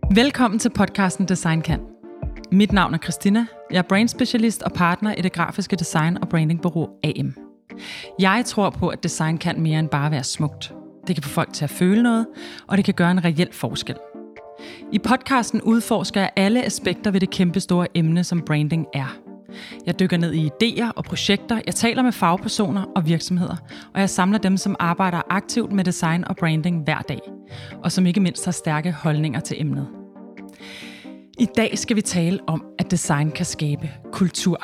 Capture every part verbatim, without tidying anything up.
Velkommen til podcasten Design Kan. Mit navn er Christina. Jeg er brandspecialist og partner i det grafiske design- og brandingbureau A M. Jeg tror på, at design kan mere end bare være smukt. Det kan få folk til at føle noget, og det kan gøre en reel forskel. I podcasten udforsker jeg alle aspekter ved det kæmpe store emne, som branding er. Jeg dykker ned i idéer og projekter, jeg taler med fagpersoner og virksomheder, og jeg samler dem, som arbejder aktivt med design og branding hver dag, og som ikke mindst har stærke holdninger til emnet. I dag skal vi tale om, at design kan skabe kultur.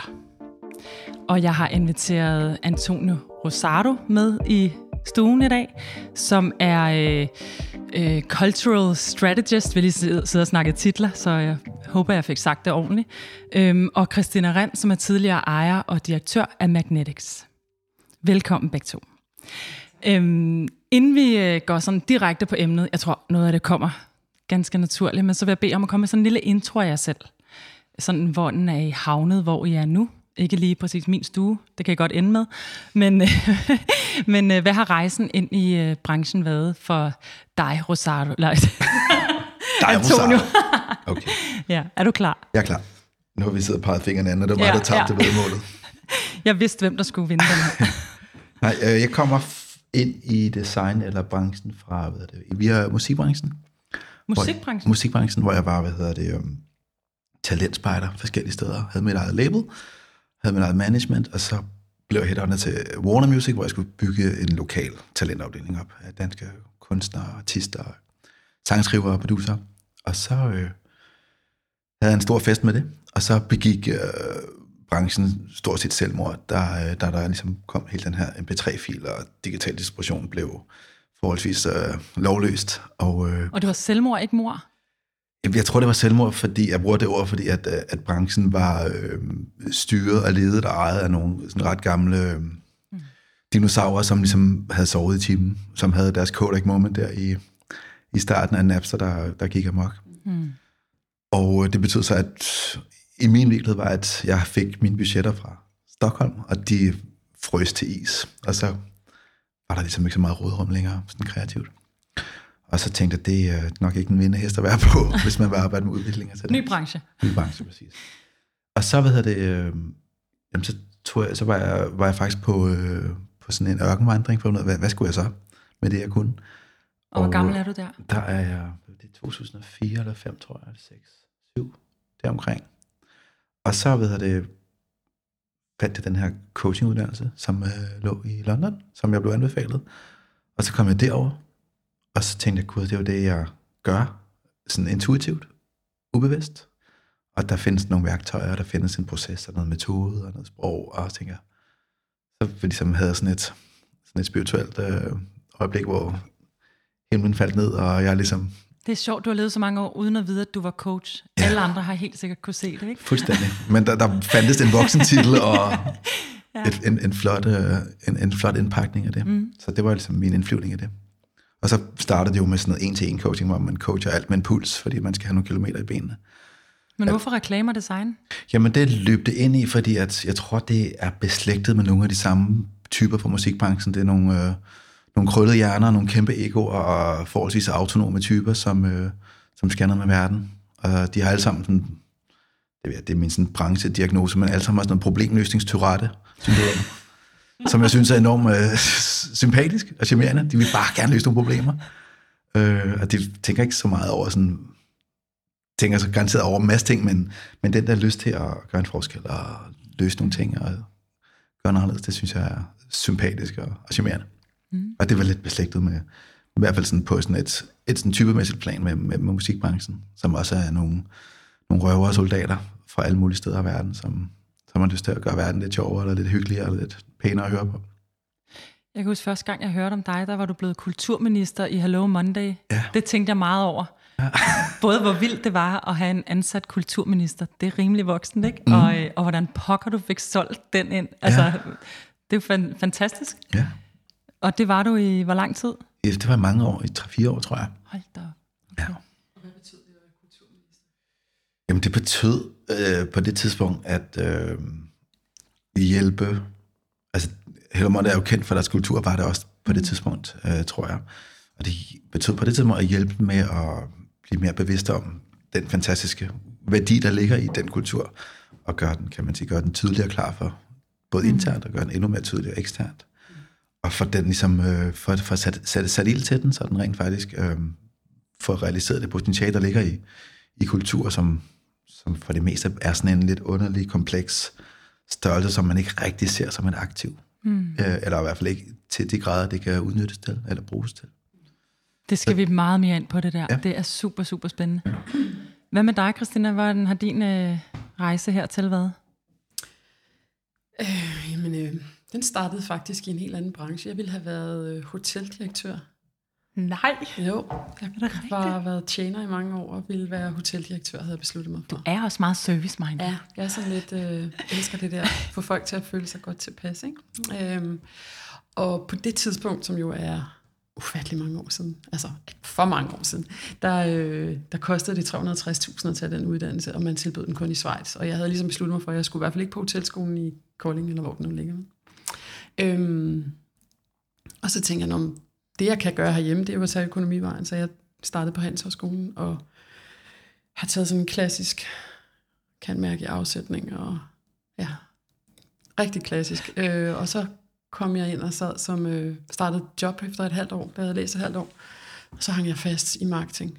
Og jeg har inviteret Antonio Rosado med i stuen i dag, som er øh, øh, cultural strategist. Vi lige sidde og snakke titler, så jeg håber, jeg fik sagt det ordentligt. Øhm, og Christina Rend, som er tidligere ejer og direktør af Magnetics. Velkommen begge to. Øhm, inden vi øh, går sådan direkte på emnet, jeg tror noget af det kommer ganske naturligt, men så vil jeg bede om at komme med sådan en lille intro af jer selv. Sådan, hvor den er I havnet, hvor I er nu. Ikke lige præcis min stue, det kan jeg godt ende med. Men, men hvad har rejsen ind i uh, branchen været for dig, Rosado? Nej, dig, Antonio. Okay. Ja, er du klar? Jeg er klar. Nu har vi siddet og peget fingrene an, og det var mig, ja, der tabte ja. vedmålet. Jeg vidste, hvem der skulle vinde den her. Nej, øh, jeg kommer ind i design eller branchen fra, hvad hedder det, via musikbranchen. Musikbranchen? Hvor, musikbranchen, hvor jeg var, hvad hedder det, um, talentspejder forskellige steder. Havde mit eget label, havde mit eget management, og så blev jeg headhunted til Warner Music, hvor jeg skulle bygge en lokal talentafdeling op af danske kunstnere, artister, sangskrivere og producer. Og så øh, havde jeg en stor fest med det, og så begik øh, branchen stort set selvmord, der, der der ligesom kom hele den her M P tre-fil, og digital distribution blev forholdsvis øh, lovløst. Og, øh, og det var selvmord, ikke mor? Jeg tror, det var selvmord, fordi jeg bruger det ord, fordi at, at branchen var øh, styret og ledet og ejet af nogle sådan ret gamle øh, mm. dinosaurer, som ligesom havde sovet i timen, som havde deres Kodak moment der i, i starten af Napster, der, der gik amok. Mm. Og det betød så, at i min virkelighed var, at jeg fik mine budgetter fra Stockholm, og de frøs til is. Og så var der ligesom ikke så meget rådrum længere, sådan kreativt. Og så tænkte jeg, det er nok ikke en vindehest at være på, hvis man vil arbejde med udvikling. Altså Ny branche. Ny branche, præcis. Og så, hvad hedder det, øh, jamen, så, tog jeg, så var, jeg, var jeg faktisk på, øh, på sådan en ørkenvandring for noget. Hvad, hvad skulle jeg så med det, jeg kunne? Og, og hvor gammel er du der? Der er jeg, det er to tusind og fire eller fem, tror jeg, eller seks, syv, deromkring. Og så, hvad hedder det, fandt jeg den her coachinguddannelse, som øh, lå i London, som jeg blev anbefalet. Og så kom jeg derover. Og så tænkte jeg, gud, det er jo det, jeg gør, sådan intuitivt, ubevidst. Og der findes nogle værktøjer, der findes en proces, og noget metode, og noget sprog, og så tænker jeg, så ligesom havde jeg sådan et, sådan et spirituelt øh, øjeblik, hvor himlen faldt ned, og jeg ligesom... Det er sjovt, du har levet så mange år, uden at vide, at du var coach. Ja. Alle andre har helt sikkert kunne se det, ikke? Fuldstændig. Men der, der fandtes en voksentitel, og ja. et, en, en, flot, øh, en, en flot indpakning af det. Mm. Så det var ligesom min indflyvning af det. Og så startede det jo med sådan noget en-til-en coaching, hvor man coacher alt med en puls, fordi man skal have nogle kilometer i benene. Men hvorfor reklamer design? Jamen det løb det ind i, fordi at jeg tror, det er beslægtet med nogle af de samme typer fra musikbranchen. Det er nogle, øh, nogle krøllede hjerner, nogle kæmpe egoer og forholdsvis autonome typer, som, øh, som scanner med verden. Og de har alle sammen sådan, det er, det er min sådan branchediagnose, men alle sammen har sådan noget problemløsningsturette, som jeg synes er enormt øh, sympatisk og charmerende. De vil bare gerne løse nogle problemer. Øh, og de tænker ikke så meget over sådan, tænker så garanteret over en masse ting, men, men den der lyst til at gøre en forskel og løse nogle ting og gøre noget anderledes, det synes jeg er sympatisk og, og charmerende. Mm. Og det var lidt beslægtet med, i hvert fald sådan på sådan et, et sådan typemæssigt plan med, med, med musikbranchen, som også er nogle, nogle røvere soldater fra alle mulige steder af verden, som så har man lyst til at gøre verden lidt sjovere, eller lidt hyggeligere, eller lidt pænere at høre på. Jeg kan huske første gang, jeg hørte om dig, der var du blevet kulturminister i Hello Monday. Ja. Det tænkte jeg meget over. Ja. Både hvor vildt det var at have en ansat kulturminister. Det er rimelig voksen, ikke? Mm. Og, og hvordan pokker du fik solgt den ind. Altså, ja. Det er jo fantastisk. Ja. Og det var du i hvor lang tid? Ja, det var mange år, i tre-fire år, tror jeg. Hold da op. Okay. Ja. Hvad betød det at være kulturminister? Jamen det betød øh, på det tidspunkt, at øh, hjælpe, altså Hello Monday er jo kendt for deres kulturarbejde også på det tidspunkt, øh, tror jeg. Og det betød på det tidspunkt at hjælpe med at blive mere bevidste om den fantastiske værdi, der ligger i den kultur, og gøre den, kan man sige, gøre den tydeligere klar for både internt, og gøre den endnu mere tydeligere eksternt. Og for den ligesom, øh, for, for at sætte, sætte sat ild til den, så den rent faktisk øh, får realiseret det potentiale, der ligger i, i kultur, som, som for det meste er sådan en lidt underlig, kompleks størrelse, som man ikke rigtig ser som en aktiv. Mm. Øh, eller i hvert fald ikke til de grader, det kan udnyttes til, eller bruges til. Det skal så, vi meget mere ind på det der. Ja. Det er super, super spændende. Hvad med dig, Christina? Hvordan har din øh, rejse hertil været? Øh, jamen, øh, den startede faktisk i en helt anden branche. Jeg ville have været øh, hoteldirektør. Nej. Jo, jeg har været tjener i mange år og ville være hoteldirektør, havde jeg besluttet mig for. Du er også meget service-minded. Ja, jeg er sådan lidt, øh, elsker det der, få folk til at føle sig godt tilpas, ikke? Øhm, og på det tidspunkt, som jo er ufattelig mange år siden, altså for mange år siden, der, øh, der kostede det tre hundrede og tres tusind at tage den uddannelse, og man tilbød den kun i Schweiz. Og jeg havde ligesom besluttet mig for, at jeg skulle i hvert fald ikke på hotelskolen i Kolding, eller hvor den nu ligger. Øhm, og så tænker jeg, om det jeg kan gøre herhjemme, det er jo at tage økonomivejen, så jeg startede på Handelshøjskolen, og har taget sådan en klassisk kan-mærke i afsætning, og ja, rigtig klassisk. Øh, og så kom jeg ind og sad som, øh, startede job efter et halvt år, da jeg havde læst et halvt år, og så hang jeg fast i marketing,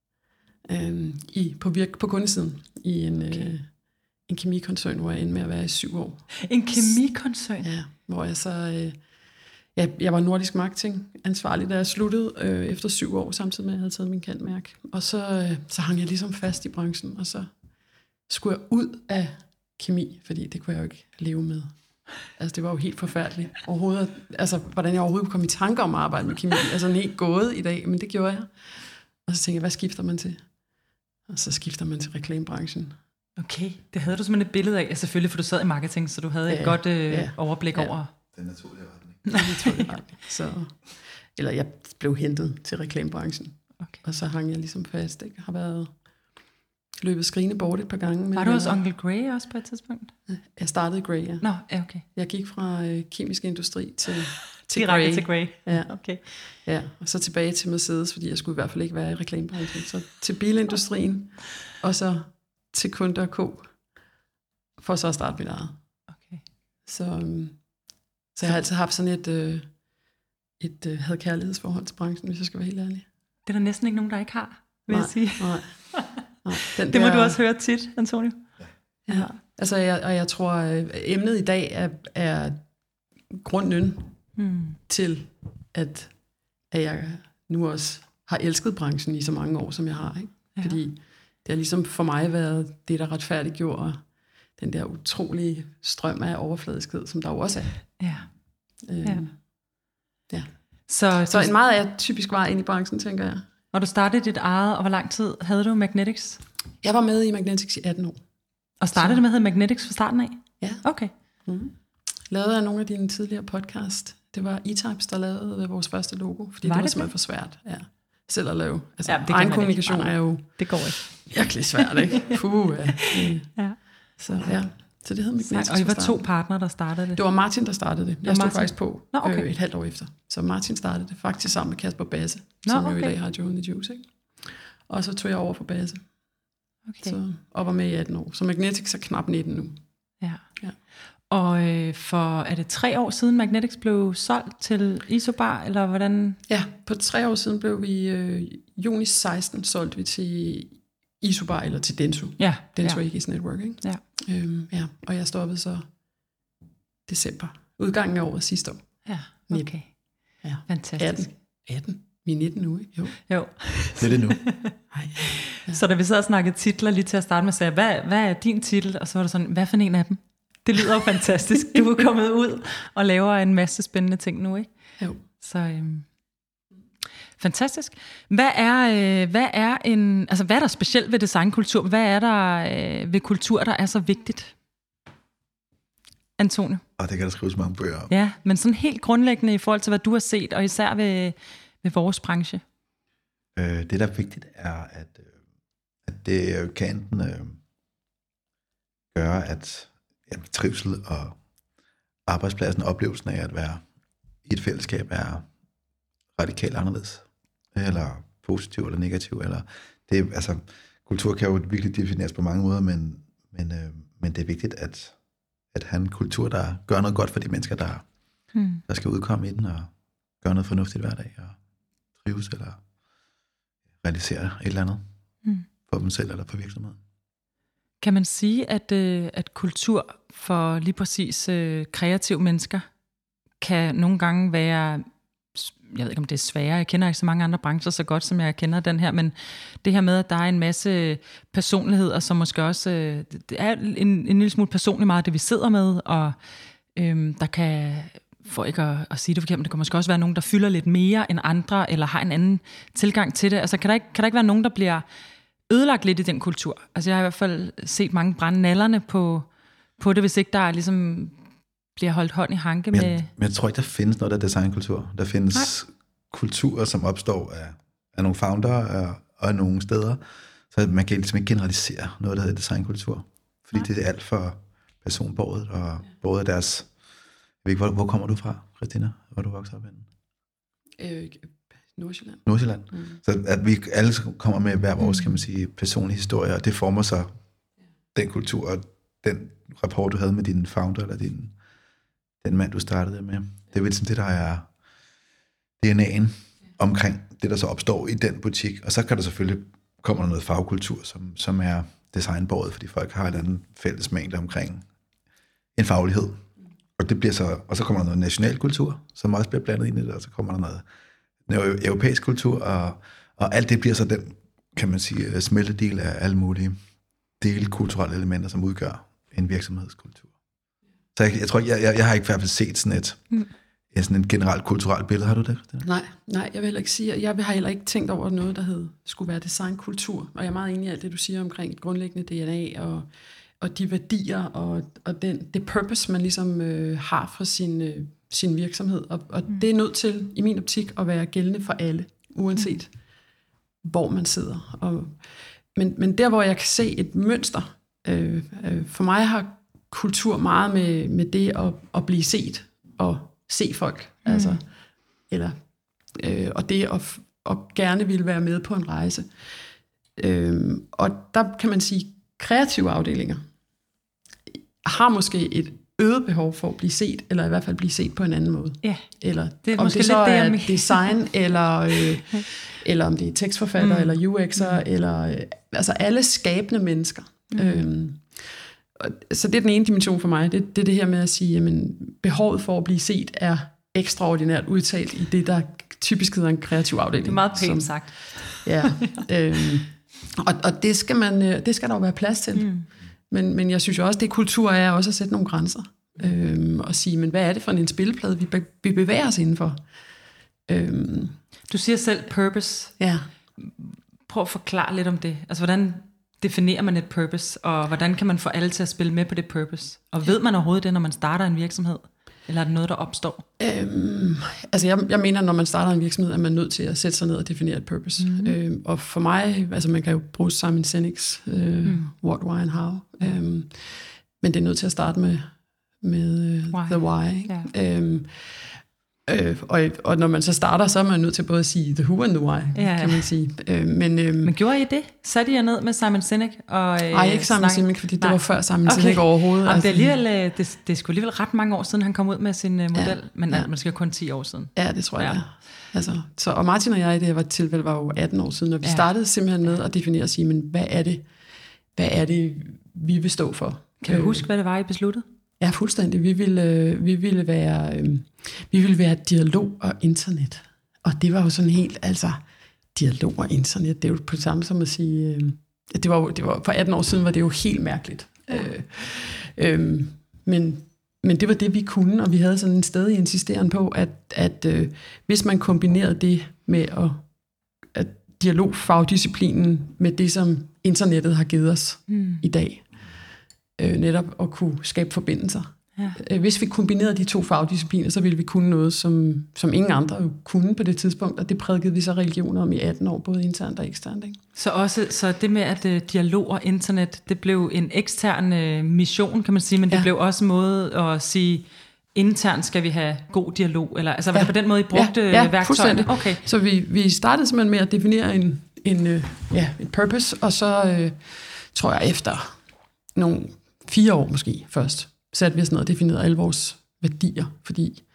øh, i, på, virk, på kundesiden, i en, okay. øh, en kemikoncern, hvor jeg endte med at være i syv år. En kemikoncern? Ja, hvor jeg så... Øh, Ja, jeg var nordisk marketing ansvarlig, da jeg sluttede øh, efter syv år, samtidig med, at jeg havde taget min kantmærke. Og så, øh, så hang jeg ligesom fast i branchen, og så skulle jeg ud af kemi, fordi det kunne jeg jo ikke leve med. Altså, det var jo helt forfærdeligt. Overhovedet, altså, hvordan jeg overhovedet kom i tanker om at arbejde med kemi. Altså, den er ikke gået i dag, men det gjorde jeg. Og så tænkte jeg, hvad skifter man til? Og så skifter man til reklamebranchen. Okay, det havde du simpelthen et billede af, selvfølgelig, for du sad i marketing, så du havde ja, et godt øh, ja, overblik ja. over... Den naturlige retning. Så, eller jeg blev hentet til reklamebranchen, okay. Og så hang jeg ligesom fast. Ikke? Jeg har været løbet skrigende bort et par gange. Var du også Onkel Grey også på et tidspunkt? Jeg startede i Grey, ja. Nå, ja, okay. Jeg gik fra øh, kemisk industri til, til Direkte Grey. til Grey. Ja. Okay. Ja, og så tilbage til Mercedes, fordi jeg skulle i hvert fald ikke være i reklamebranchen. Så til bilindustrien, og så til Kunder og Co. For så at starte mit eget. Okay. Så... Um, Så jeg har altid haft sådan et, øh, et øh, had-kærlighedsforhold til branchen, hvis jeg skal være helt ærlig. Det er der næsten ikke nogen, der ikke har, vil nej, jeg sige. Nej, nej. Den det må der, du også høre tit, Antonio. Ja, ja. Altså, jeg, og jeg tror, at emnet i dag er, er grunden hmm. til, at, at jeg nu også har elsket branchen i så mange år, som jeg har. Ikke? Ja. Fordi det har ligesom for mig været det, der retfærdiggjorde den der utrolige strøm af overfladiskhed, som der jo også er. Ja. Øhm, ja. ja. Så, så en meget af typisk vej ind i branchen, tænker jeg. Når du startede dit eget, og hvor lang tid havde du Magnetics? Jeg var med i Magnetics i atten år. Og startede så. det med at hedde Magnetics fra starten af? Ja. Okay. Mm-hmm. Lavede jeg nogle af dine tidligere podcast. Det var E-Types, der lavede vores første logo, fordi var det var det simpelthen for svært. Ja. Selv at lave. Altså, ja, egen kommunikation er jo det går ikke. Virkelig svært, ikke? Puh, ja. ja. Så ja. Så det hed Magnetics. Og I var to partnere, der startede det? Det var Martin, der startede det. Jeg stod Martin. faktisk på Nå, okay. øh, et halvt år efter. Så Martin startede det faktisk sammen med Kasper Basse, Nå, som okay. jo i dag har Joe and the Juice. Ikke? Og så tog jeg over for Basse. Okay. Så, og var med i atten år. Så Magnetics er knap nitten nu. Ja. ja. Og øh, for, er det tre år siden Magnetics blev solgt til Isobar, eller hvordan? Ja, på tre år siden blev vi, øh, juni seksten solgt vi til Isobar, eller til Denso. Ja. Denso ja. Aegis Network, ikke? Ja. Øhm, ja. Og jeg stoppede så december. Udgangen af året sidste år. Ja, okay. Ja. Fantastisk. atten. atten. Vi er nitten nu, ikke? Jo. Jo. Det er det nu. Ej, ja. Så da vi sad og snakkede titler lige til at starte med, sagde hvad, hvad er din titel? Og så var der sådan, hvad for en af dem? Det lyder jo fantastisk. Du er kommet ud og laver en masse spændende ting nu, ikke? Jo. Så øhm, fantastisk. Hvad er, øh, hvad er en, altså hvad er der specielt ved designkultur? Hvad er der øh, ved kultur, der er så vigtigt? Antonio? Og det kan der skrives mange bøger om. Ja, men sådan helt grundlæggende i forhold til, hvad du har set, og især ved, ved vores branche. Øh, det, der er vigtigt, er, at, at det kan enten øh, gøre, at ja, trivsel og arbejdspladsen, oplevelsen af at være i et fællesskab, er radikalt anderledes, eller positiv eller negativ, eller det, altså, kultur kan jo virkelig defineres på mange måder, men, men, øh, men det er vigtigt, at, at have en kultur, der gør noget godt for de mennesker, der, mm. der skal udkomme i den, og gøre noget fornuftigt hver dag, og trives, eller realisere et eller andet mm. for dem selv, eller for virksomheden. Kan man sige, at, øh, at kultur for lige præcis øh, kreative mennesker kan nogle gange være, jeg ved ikke om det er sværere, jeg kender ikke så mange andre brancher så godt, som jeg kender den her, men det her med, at der er en masse personligheder, som måske også, øh, det er en, en lille smule personligt meget det, vi sidder med, og øh, der kan, for ikke at, at sige det forkert, men det kan måske også være nogen, der fylder lidt mere end andre, eller har en anden tilgang til det. Altså kan der ikke, kan der ikke være nogen, der bliver ødelagt lidt i den kultur? Altså jeg har i hvert fald set mange brænde nallerne på, på det, hvis ikke der ligesom bliver holdt hånd i hanke med... Men, men jeg tror ikke, der findes noget, der er designkultur. Der findes Nej. kulturer, som opstår af, af nogle founder og, og af nogle steder. Så man kan ligesom ikke generalisere noget, der hedder designkultur. Fordi Nej. det er alt for personbordet og ja. både deres... Jeg ved ikke, hvor, hvor kommer du fra, Christina? Hvor er du vokset op henne? Øh, Nordsjælland. Nordsjælland. Mm. Så at vi alle kommer med hver vores, kan man sige, personlige historie, og det former sig ja. den kultur, og den rapport, du havde med din founder, eller din, den mand, du startede med. Det er vel sådan det, der er D N A'en omkring det, der så opstår i den butik. Og så kan der selvfølgelig komme noget fagkultur, som, som er designbordet, fordi folk har et andet fælles mængde omkring en faglighed. Og, det bliver så, og så kommer der noget national kultur, som også bliver blandet ind i det, og så kommer der noget, noget europæisk kultur, og, og alt det bliver så den, kan man sige, smeltedel af alle mulige dele kulturelle elementer, som udgør en virksomhedskultur. Så jeg, jeg tror, jeg, jeg, jeg har ikke i hvert fald set sådan et, mm. et, sådan et generelt kulturelt billede. Har du det? Nej, nej, jeg vil heller ikke sige, jeg har heller ikke tænkt over noget, der hed, skulle være designkultur, og jeg er meget enig i alt det, du siger omkring et grundlæggende D N A, og og de værdier, og, og den, det purpose, man ligesom øh, har for sin, øh, sin virksomhed. Og, og mm. det er nødt til, i min optik, at være gældende for alle, uanset mm. hvor man sidder. Og, men, men der, hvor jeg kan se et mønster, øh, øh, for mig har kultur meget med, med det at, at blive set, og se folk. Mm. Altså, eller, øh, og det at, at gerne ville være med på en rejse. Øh, og der kan man sige, kreative afdelinger har måske et øget behov for at blive set, eller i hvert fald blive set på en anden måde. Ja, eller det er om måske det så lidt er det, design, eller, øh, eller om det er tekstforfatter, mm. eller U X'er, mm. eller øh, altså alle skabende mennesker. Mm. Øhm, og, så det er den ene dimension for mig. Det, det er det her med at sige, jamen behovet for at blive set er ekstraordinært udtalt i det, der typisk hedder en kreativ afdeling. Det er meget pænt sagt. Ja, øhm, og, og det skal man, det skal der jo være plads til. Mm. Men, men jeg synes jo også, det kultur er også at sætte nogle grænser. Øhm, og sige, men hvad er det for en spilleplade, vi, be, vi bevæger os indenfor? Øhm, du siger selv purpose. Ja. Prøv at forklare lidt om det. Altså, hvordan definerer man et purpose, og hvordan kan man få alle til at spille med på det purpose? Og ved man overhovedet det, når man starter en virksomhed? Eller er det noget, der opstår? Øhm, altså jeg, jeg mener, når man starter en virksomhed, er man nødt til at sætte sig ned og definere et purpose. Mm-hmm. Øhm, og for mig, altså man kan jo bruge Simon Sinek's øh, mm. What, Why and How. Øhm, men det er nødt til at starte med, med uh, why. The why. Yeah. Øhm, øh, og, og når man så starter, så er man nødt til både at sige the who and the why, yeah. kan man sige. Øh, men, øhm, men gjorde I det? Satte I jer ned med Simon Sinek? Og, øh, nej, ikke Simon Sinek, fordi det nej. var før Simon okay. Sinek overhovedet. Altså, det, er alligevel, det, det er sgu alligevel ret mange år siden, han kom ud med sin uh, model, ja. men ja. måske kun ti år siden. Ja, det tror jeg. Ja. Altså, så, og Martin og jeg i det her var tilfælde var jo atten år siden, og vi ja. startede simpelthen med at definere og sige, men hvad er det, hvad er det vi vil stå for? Kan du øh, huske, hvad det var, I besluttede? Ja, fuldstændig. Vi ville, øh, vi ville være, øh, vi ville være dialog og internet. Og det var jo sådan helt, altså, dialog og internet, det er jo på det samme som at sige, øh, det var, det var, for atten år siden var det jo helt mærkeligt. Øh, øh, men, men det var det, vi kunne, og vi havde sådan en stadig insisteren på, at, at øh, hvis man kombinerede det med at, at dialogfagdisciplinen med det, som internettet har givet os mm. i dag, øh, netop at kunne skabe forbindelser. Ja. Hvis vi kombinerede de to fagdiscipliner, så ville vi kunne noget, som, som ingen andre jo kunne på det tidspunkt, og det prædikede vi så religioner om i atten år, både internt og eksternt. Ikke? Så også så det med, at uh, dialog og internet, det blev en ekstern uh, mission, kan man sige, men det ja. blev også en måde at sige, internt skal vi have god dialog, eller altså var ja. det på den måde, I brugte ja, ja, værktøjerne? Okay. Så vi, vi startede simpelthen med at definere en, en, øh, ja, et purpose, og så øh, tror jeg efter nogle fire år måske først, satte vi os ned og definerede alle vores værdier, fordi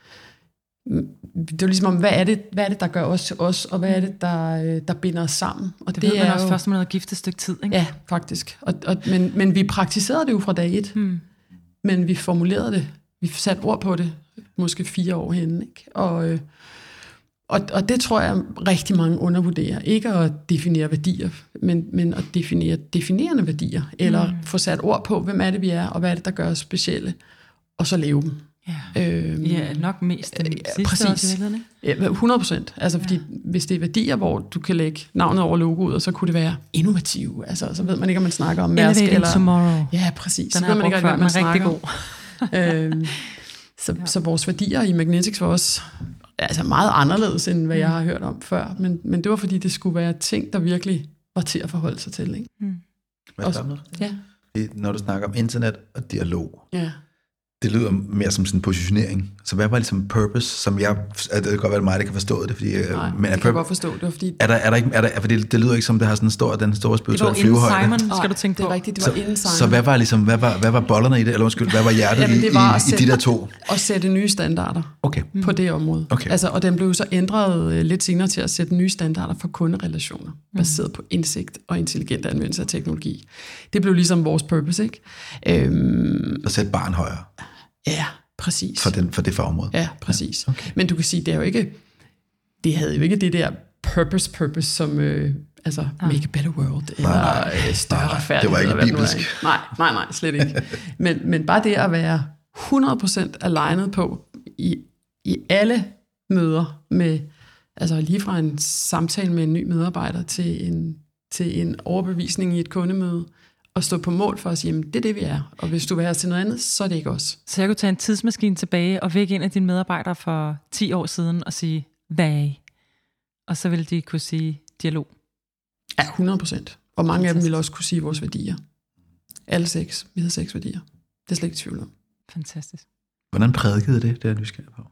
det er ligesom om, hvad er det, hvad er det, der gør os til os, og hvad er det, der, der binder os sammen. Og det, det ved man er også jo, først, når man har giftet et stykke tid, ikke? Ja, faktisk. Og, og, men, men vi praktiserede det jo fra dag et, hmm. men vi formulerede det, vi satte ord på det, måske fire år henne, ikke? Og, øh, og, og det tror jeg rigtig mange undervurderer. Ikke at definere værdier, men, men at definere definerende værdier, eller hmm. få sat ord på, hvem er det, vi er, og hvad er det, der gør os specielle, og så leve dem. Ja, øhm, ja nok mest den øh, sidste præcis. Også, ikke? Ja, hundrede procent. Altså, fordi ja. Hvis det er værdier, hvor du kan lægge navnet over logoet, og så kunne det være innovativ. Altså, så ved man ikke, om man snakker om Mærsk. Elevating eller tomorrow. Ja, præcis. Den så ved man ikke, om man snakker rigtig god. øhm, så, ja. så vores værdier i Magnetics var også altså meget anderledes, end hvad mm. jeg har hørt om før. Men, men det var, fordi det skulle være ting, der virkelig var til at forholde sig til. Ikke? Mm. Også, ja. Når du snakker om internet og dialog, ja. det lyder mere som sådan en positionering. Så hvad var ligesom purpose, som jeg... Det kan godt være mig, der kan forstå det, fordi... Nej, men er det kan jeg godt forstå. Det var fordi... Er der, er der ikke... Er der, for det, det lyder ikke som, det har sådan en stor, den store spirituelle flyvehøjde. Det var Simon, skal du tænke på. Det er rigtigt, det var så, inden Simon. Så hvad var ligesom... Hvad var, hvad var bollerne i det? Eller undskyld, hvad var hjertet Jamen, det i, var i, sætte, i de der to? At sætte nye standarder okay. på det område. Okay. Altså, og den blev så ændret lidt senere til at sætte nye standarder for kunderelationer, mm. baseret på indsigt og intelligent anvendelse af teknologi. Det blev ligesom vores purpose, ikke? Øhm, at sætte barn højere. Ja, præcis. For, den, for det fagområde. Ja, præcis. Ja, okay. Men du kan sige, det er jo ikke, det havde jo ikke det der purpose, purpose som, øh, altså, ah. make a better world, eller nej, nej, større retfærdighed. Det var ikke bibelsk. Nej, nej, nej, slet ikke. men, men bare det at være hundrede procent alignet på, i, i alle møder, med, altså lige fra en samtale med en ny medarbejder, til en, til en overbevisning i et kundemøde, og stå på mål for at sige, det er det, vi er. Og hvis du vil have os til noget andet, så er det ikke os. Så jeg kunne tage en tidsmaskine tilbage og vække en af dine medarbejdere for ti år siden og sige, hvad er I? Og så ville de kunne sige dialog. Ja, hundrede procent. Og mange Fantastisk. Af dem ville også kunne sige vores værdier. Alle seks. Vi havde seks værdier. Det er slet ikke tvivl om. Fantastisk. Hvordan prædikede det, det er jeg nysgerrig på?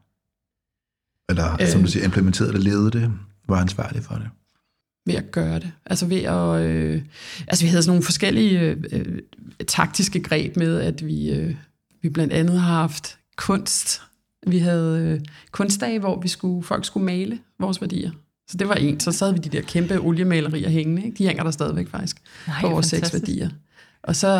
Eller øh, som du siger, implementerede det, levede det, var ansvarlig for det? Ved at gøre det. Altså ved at... Øh, altså vi havde sådan nogle forskellige øh, taktiske greb med, at vi, øh, vi blandt andet har haft kunst. Vi havde øh, kunstdage, hvor vi skulle, folk skulle male vores værdier. Så det var en. Så sad vi de der kæmpe oliemalerier hængende. Ikke? De hænger der stadigvæk faktisk. Nej, på vores seks værdier. Og så...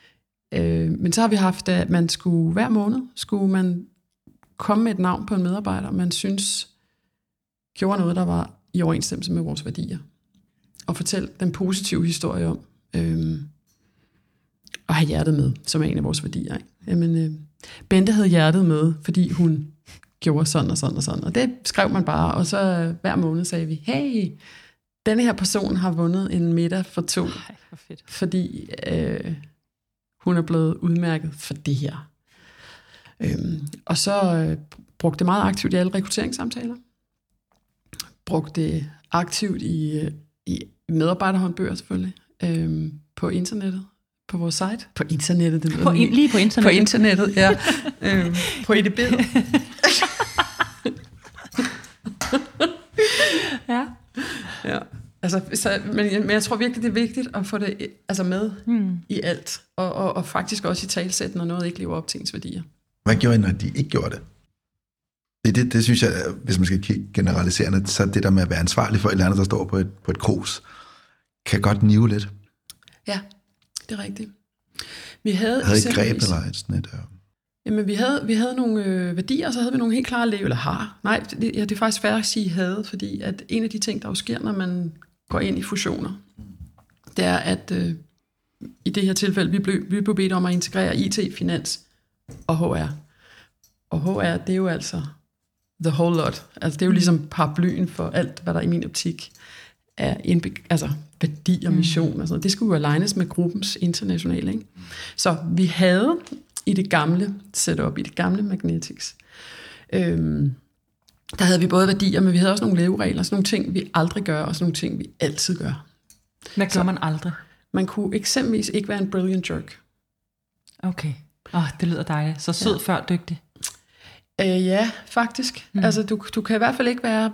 Øh, men så har vi haft, at man skulle hver måned, skulle man komme med et navn på en medarbejder, man synes gjorde noget, der var i overensstemmelse med vores værdier. Og fortælle den positive historie om, øh, og have hjertet med, som er en af vores værdier. Ikke? Jamen, øh, Bente havde hjertet med, fordi hun gjorde sådan og sådan og sådan. Og det skrev man bare, og så øh, hver måned sagde vi, hey, denne her person har vundet en middag for to. Ej, hvor fedt. Fordi øh, hun er blevet udmærket for det her. Øhm, og så øh, brugte det meget aktivt i alle rekrutteringssamtaler. Brugte det aktivt i, i medarbejderhåndbøger selvfølgelig. Øhm, på internettet. På vores site. På internettet. Det på in, lige på internettet. På internettet, ja. øhm, på E D B'et. ja. Ja. Altså, så, men, men jeg tror virkelig, det er vigtigt at få det altså med hmm. i alt. Og, og, og faktisk også i talsæt, når noget ikke lever op til ens værdier. Hvad gjorde I, når de ikke gjorde det? Det, det, det synes jeg, hvis man skal kigge generaliserende, så det der med at være ansvarlig for et eller andet, der står på et, på et krus, kan godt nive lidt. Ja, det er rigtigt. Vi havde, havde I greb eller et sådan et... Uh... Jamen, vi havde, vi havde nogle øh, værdier, og så havde vi nogle helt klare liv, eller har. Nej, det, ja, det er faktisk færre at sige havde, fordi at en af de ting, der jo sker, når man går ind i fusioner, det er, at øh, i det her tilfælde, vi blev, vi blev bedt om at integrere I T, finans og H R. Og H R, det er jo altså the whole lot. Altså, det er jo ligesom paraplyen for alt, hvad der i min optik er indbe- altså, værdi og mission og sådan noget. Det skulle jo alignes med gruppens internationale, ikke? Så vi havde i det gamle setup, i det gamle Magnetics, øhm, der havde vi både værdier, men vi havde også nogle leveregler, sådan nogle ting, vi aldrig gør, og sådan nogle ting, vi altid gør. Hvad gør man aldrig? Man kunne eksempelvis ikke være en brilliant jerk. Okay. Åh, oh, det lyder dejligt. Så sød ja. Før dygtig. Øh, ja, faktisk. Mm. Altså, du, du kan i hvert fald ikke være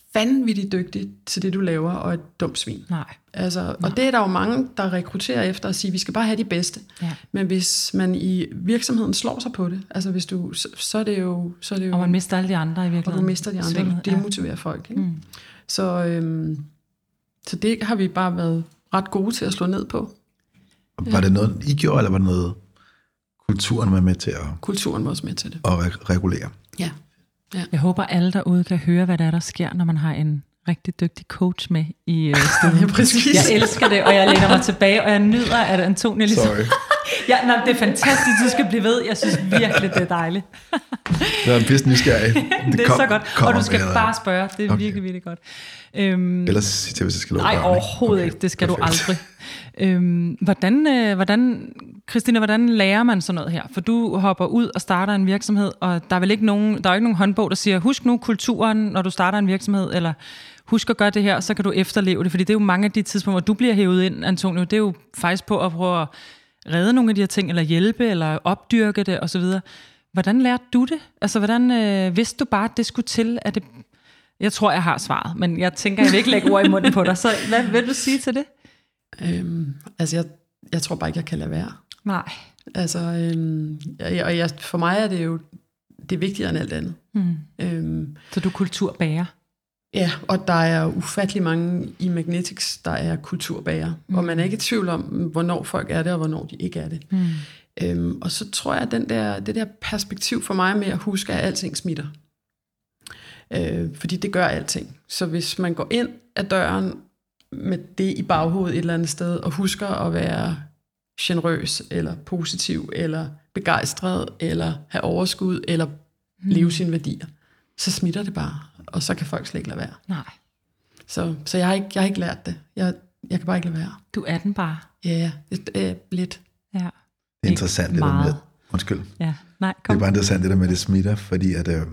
vanvittigt dygtig til det, du laver, og et dumt svin. Nej. Altså, og Nej. det er der jo mange, der rekrutterer efter at sige, vi skal bare have de bedste. Ja. Men hvis man i virksomheden slår sig på det, altså hvis du, så, så er det jo... Så er det jo Og man mister alle de andre i virkeligheden. Og du mister de andre, Svinget, og du demotiverer ja. folk. Ikke? Mm. Så, øhm, så det har vi bare været ret gode til at slå ned på. Var det noget, I gjorde, eller var det noget, kulturen var med til at, Kulturen var også med til det. at re- regulere? Ja. ja. Jeg håber, alle derude kan høre, hvad der er, der sker, når man har en rigtig dygtig coach med i øh, studiet. Ja, præcis. Jeg elsker det, og jeg læner mig tilbage, og jeg nyder, at Antonia ligesom... Sorry. Ja, nej, det er fantastisk, du skal blive ved. Jeg synes virkelig, det er dejligt. Det er en pisse nysgerrig. Det, det er kom, så godt, og du skal med, bare spørge. Det er okay. virkelig, virkelig godt. Øhm, Ellers sig til, hvis jeg skal love nej, børn, overhovedet ikke? ikke. Det skal Perfekt. du aldrig. Øhm, hvordan, øh, hvordan, Christina, hvordan lærer man sådan noget her? For du hopper ud og starter en virksomhed, og der er vel ikke nogen, der er ikke nogen håndbog, der siger, husk nu kulturen, når du starter en virksomhed, eller husk at gøre det her, så kan du efterleve det. Fordi det er jo mange af de tidspunkter, hvor du bliver hævet ind, Antonio. Det er jo faktisk på at prøve at redde nogle af de her ting, eller hjælpe, eller opdyrke det, osv. Hvordan lærte du det? Altså, hvordan øh, vidste du bare, at det skulle til? At det... Jeg tror, jeg har svaret, men jeg tænker, jeg vil ikke lægge ord i munden på dig. Så hvad vil du sige til det? Øhm, altså, jeg, jeg tror bare ikke, jeg kan lade være. Nej. Altså, øhm, jeg, og jeg, for mig er det jo det er vigtigere end alt andet. Mm. Øhm, Så du er kulturbærer? Ja, og der er ufattelig mange i Magnetics, der er kulturbager. Mm. Og man er ikke i tvivl om, hvornår folk er det, og hvornår de ikke er det. Mm. Øhm, og så tror jeg, at den der, det der perspektiv for mig med at huske, at alting smitter. Øh, fordi det gør alting. Så hvis man går ind ad døren med det i baghovedet et eller andet sted, og husker at være generøs, eller positiv, eller begejstret, eller have overskud, eller mm. leve sine værdier, så smitter det bare. Og så kan folk slet ikke lade være. Nej. Så, så jeg, har ikke, jeg har ikke lært det. Jeg, jeg kan bare ikke lade være. Du er den bare. Ja, det er lidt. Ja. Det er interessant, det der med... Undskyld. Ja. Nej, kom. Det er bare interessant, det der med, det smitter, fordi at... Øh,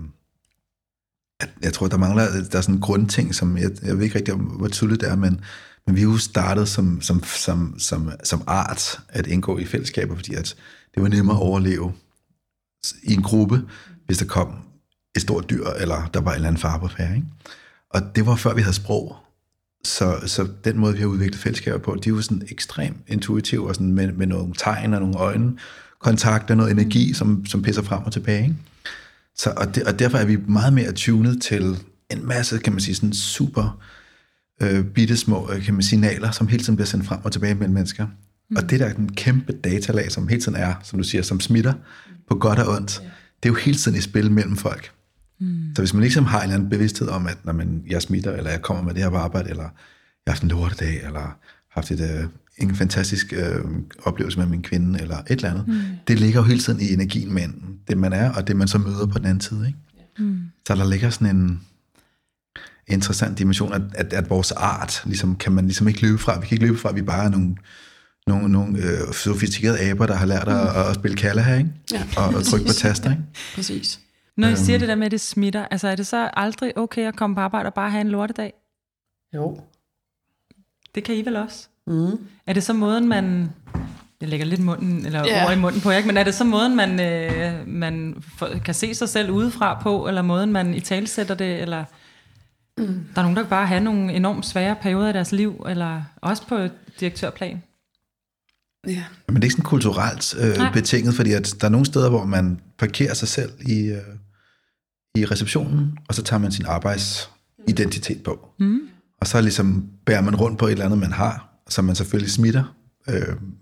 at jeg tror, der mangler... Der er sådan en grundting, som... Jeg, jeg ved ikke rigtig, hvor tydeligt det er, men, men vi er jo startet som, som, som, som, som art at indgå i fællesskaber, fordi at det var nemmere at overleve i en gruppe, hvis der kom et stort dyr, eller der var en eller anden fare på færd, ikke? Og det var før vi havde sprog. Så, så den måde, vi har udviklet fællesskaber på, de er jo sådan ekstremt intuitive, og sådan med, med nogle tegn og nogle øjenkontakter, noget energi, som, som pisser frem og tilbage, ikke? Så, og, det, og derfor er vi meget mere tunet til en masse, kan man sige, sådan super øh, bittesmå, kan man sige, signaler, som hele tiden bliver sendt frem og tilbage mellem mennesker. Mm. Og det der er den kæmpe datalag, som hele tiden er, som du siger, som smitter på godt og ondt, yeah. det er jo hele tiden i spil mellem folk. Mm. Så hvis man ligesom har en eller anden bevidsthed om, at når man, jeg smitter, eller jeg kommer med det her på arbejde, eller jeg har haft en lortedag, eller haft et, øh, en fantastisk øh, oplevelse med min kvinde, eller et eller andet, mm. det ligger jo hele tiden i energien med det, man er, og det, man så møder på den anden side. Ikke? Mm. Så der ligger sådan en interessant dimension, at, at, at vores art, ligesom, kan man ligesom ikke løbe fra. Vi kan ikke løbe fra, at vi bare er nogle, nogle, nogle øh, sofistikerede aber, der har lært at, mm. at, at spille kalde her, ikke? Ja. Og, og trykke på taster, ikke? Præcis. Når I siger det der med, at det smitter, altså er det så aldrig okay at komme på arbejde og bare have en lortedag? Jo. Det kan I vel også? Mm. Er det så måden, man... Jeg lægger lidt munden, eller yeah. ord i munden på jer, men er det så måden, man, øh, man for, kan se sig selv udefra på, eller måden, man italesætter det, eller... Mm. Der er nogen, der kan bare have nogle enormt svære perioder i deres liv, eller også på direktørplan. Ja. Men det er ikke sådan kulturelt øh, betinget, fordi at der er nogle steder, hvor man parkerer sig selv i, øh, i receptionen, og så tager man sin arbejdsidentitet på. Mm. Og så ligesom bærer man rundt på et eller andet, man har, som man selvfølgelig smitter, øh,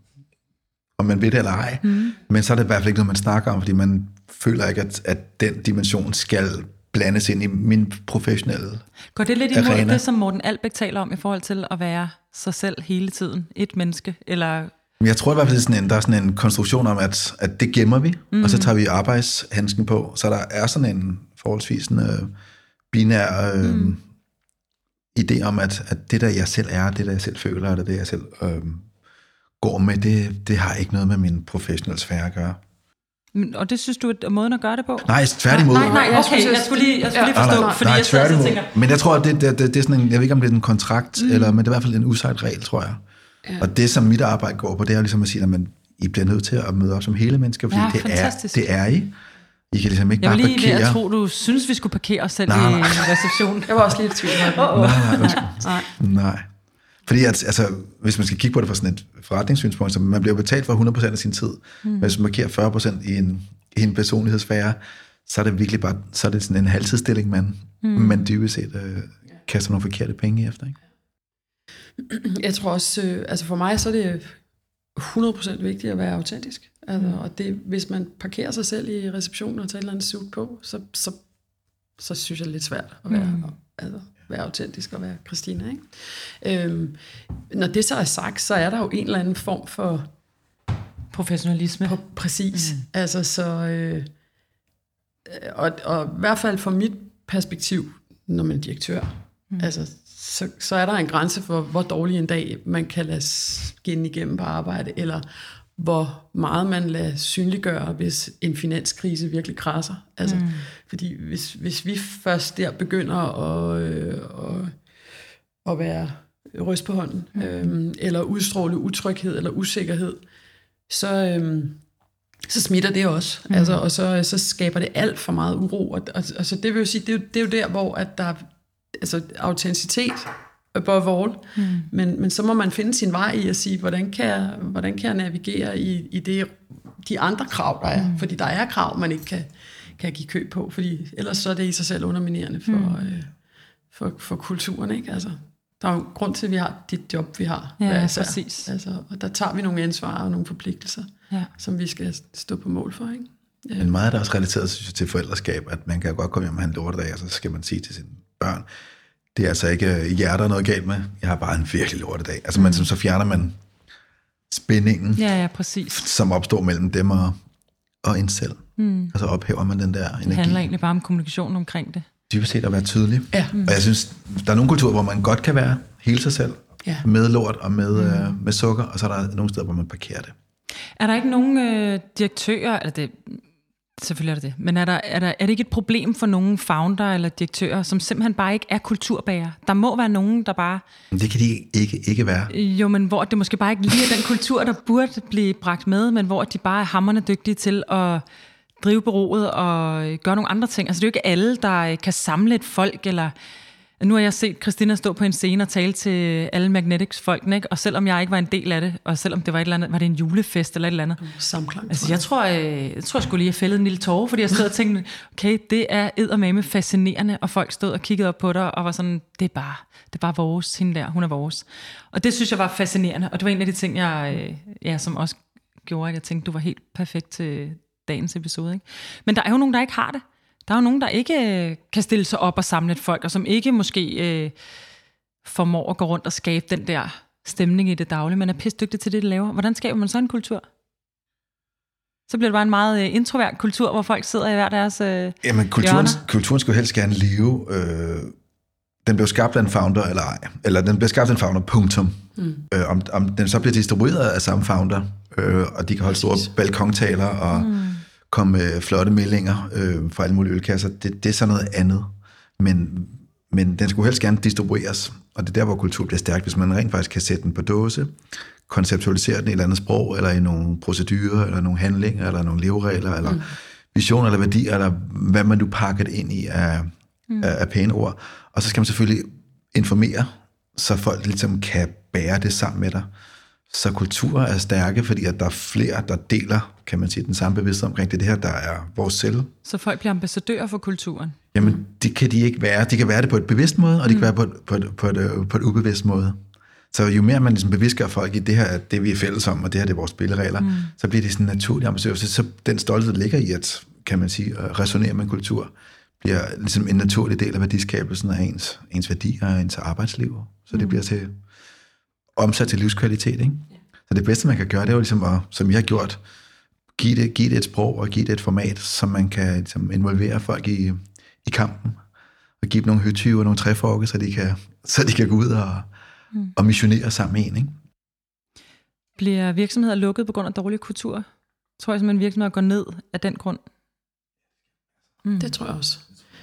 om man ved det eller ej. Mm. Men så er det i hvert fald ikke noget, man snakker om, fordi man føler ikke, at, at den dimension skal blandes ind i min professionelle Går det lidt imod arena. det, som Morten Albæk taler om, i forhold til at være sig selv hele tiden? Et menneske, eller... Jeg tror i hvert fald, sådan en, der er sådan en konstruktion om, at, at det gemmer vi, mm. og så tager vi arbejdshandsken på. Så der er sådan en forholdsvis sådan, uh, binær uh, mm. idé om, at, at det der jeg selv er, det der jeg selv føler, eller det jeg selv uh, går med, det, det har ikke noget med min professionelle sfære at gøre. Men, og det synes du er måden at gøre det på? Nej, tværtimod. Nej, nej, okay, jeg skulle lige, jeg skulle lige forstå, nej, nej, fordi nej, jeg sidder og tænker... Men jeg tror, at det, det, det, det er sådan en, jeg ved ikke, om det er en kontrakt, mm. eller, men det er i hvert fald en usagt regel, tror jeg. Ja. Og det, som mit arbejde går på, det er ligesom at sige, at man, I bliver nødt til at møde op som hele mennesker, fordi ja, det, er, det er I. I kan ligesom ikke jeg bare parkere. Jeg var lige ved at tro, du synes, vi skulle parkere os selv nej, nej. i receptionen. Jeg var også lidt i tvivl. Oh, oh. Nej, nej, nej. nej. Fordi at, altså, hvis man skal kigge på det fra sådan et forretningssynspunkt, så man bliver betalt for hundrede procent af sin tid. Mm. Men hvis man markerer fyrre procent i en, i en personlighedssfære, så er det virkelig bare, så er det sådan en halvtidsstilling, man, mm. man dybest set øh, kaster nogle forkerte penge efter. Ikke? Jeg tror også, øh, altså for mig så er det hundrede procent vigtigt at være autentisk. Altså, mm. Og det, hvis man parkerer sig selv i receptionen og tager et eller andet suit på, så, så, så synes jeg det er lidt svært at være, mm. altså, være autentisk og være Christina. Ikke? Øhm, når det så er sagt, så er der jo en eller anden form for professionalisme. På, præcis. Mm. Altså så, øh, og, og i hvert fald fra mit perspektiv, når man er direktør, mm. altså Så, så er der en grænse for, hvor dårlig en dag man kan lade skinne igennem på arbejde, eller hvor meget man lader synliggøre, hvis en finanskrise virkelig krasser. Altså, mm. Fordi hvis, hvis vi først der begynder at, øh, at, at være ryst på hånden, mm. øh, eller udstråle utryghed eller usikkerhed, så, øh, så smitter det også. Mm. Altså, og så, så skaber det alt for meget uro. Og, og, altså, det vil jo sige, det er jo, det er jo der, hvor at der altså autenticitet above all, mm. men, men så må man finde sin vej i at sige, hvordan kan jeg, hvordan kan jeg navigere i, i det, de andre krav, der er. Mm. Fordi der er krav, man ikke kan, kan give køb på, fordi ellers så er det i sig selv underminerende for, mm. øh, for, for kulturen. Ikke? Altså, der er jo en grund til, at vi har dit job, vi har. Ja, præcis. Altså, og der tager vi nogle ansvar og nogle forpligtelser, ja. Som vi skal stå på mål for. Ikke? Ja. Men meget er der også relateret synes jeg, til forældreskab, at man kan godt komme hjem og have en lortedag, og så skal man sige til sine børn, det er altså ikke hjerter noget galt med, jeg har bare en virkelig lortedag. Altså mm. man, så fjerner man spændingen, ja, ja, præcis. Som opstår mellem dem og, og en selv. Mm. Og så ophæver man den der energi. Det handler egentlig bare om kommunikationen omkring det. Dybest set at være tydelig. Ja. Mm. Og jeg synes, der er nogle kulturer, hvor man godt kan være hele sig selv, ja. Med lort og med, mm. øh, med sukker, og så er der nogle steder, hvor man parkerer det. Er der ikke nogen øh, direktører, eller det... Selvfølgelig er det det. Men er, der, er, der, er det ikke et problem for nogle founder eller direktører, som simpelthen bare ikke er kulturbærere? Der må være nogen, der bare... Det kan de ikke, ikke være. Jo, men hvor det måske bare ikke lige er den kultur, der burde blive bragt med, men hvor de bare er hamrende dygtige til at drive bureauet og gøre nogle andre ting. Altså det er jo ikke alle, der kan samle et folk, eller... Nu har jeg set Christina stå på en scene og tale til alle Magnetics-folkene, ikke? Og selvom jeg ikke var en del af det, og selvom det var et eller andet, var det en julefest eller et eller andet. Samklang. Altså jeg tror, jeg, jeg tror jeg skulle lige have fældet en lille tåre, fordi jeg stod og tænkte, okay, det er eddermame fascinerende, og folk stod og kiggede op på dig og var sådan, det er bare, det er bare vores, hende der, hun er vores. Og det synes jeg var fascinerende, og det var en af de ting, jeg, ja, som også gjorde, at jeg tænkte, du var helt perfekt til dagens episode, ikke? Men der er jo nogen, der ikke har det. Der er jo nogen, der ikke øh, kan stille sig op og samle et folk, og som ikke måske øh, formår at gå rundt og skabe den der stemning i det daglige. Man er pisse dygtig til det, det laver. Hvordan skaber man så en kultur? Så bliver det bare en meget øh, introvert kultur, hvor folk sidder i hver deres øh, Jamen, kulturen, kulturen skulle helst gerne leve. Øh, den blev skabt af en founder, eller ej. Eller den blev skabt af en founder, punktum. Mm. Øh, om, om den så bliver distribueret af samme founder, øh, og de kan holde store balkontaler og... Mm. komme med flotte meldinger øh, fra alle mulige ølkasser, det, det er så noget andet. Men, men den skulle helst gerne distribueres, og det er der, hvor kultur bliver stærk, hvis man rent faktisk kan sætte den på dåse, konceptualisere den i et eller andet sprog, eller i nogle procedurer, eller nogle handlinger, eller nogle leveregler, eller mm. visioner, eller værdier, eller hvad man nu pakker det ind i af, mm. af, af pæne ord. Og så skal man selvfølgelig informere, så folk ligesom kan bære det sammen med dig. Så kulturer er stærke, fordi at der er flere, der deler, kan man sige, den samme bevidsthed omkring det, det her, der er vores selv. Så folk bliver ambassadører for kulturen? Jamen, det kan de ikke være. De kan være det på et bevidst måde, og de mm. kan være på et, på, et, på, et, på et ubevidst måde. Så jo mere man ligesom bevidstgør folk i det her, det vi er fælles om, og det her det er vores spilleregler, mm. så bliver det sådan en naturlig ambassadør. Så, så den stolthed, der ligger i at, kan man sige, at resonere med kultur, bliver ligesom en naturlig del af værdiskabelsen af ens, ens værdier og ens arbejdsliv. Så det mm. bliver til omsat til livskvalitet, ikke? Så det bedste, man kan gøre, det er jo ligesom, at, som jeg har gjort, give det, give det et sprog og give det et format, så man kan ligesom, involvere folk i, i kampen, og give dem nogle høtyve og nogle træforke, så de kan, så de kan gå ud og, mm. og missionere sammen med en, ikke? Bliver virksomheder lukket på grund af dårlig kultur? Tror jeg simpelthen, virksomheder går ned af den grund? Mm. Det tror jeg også.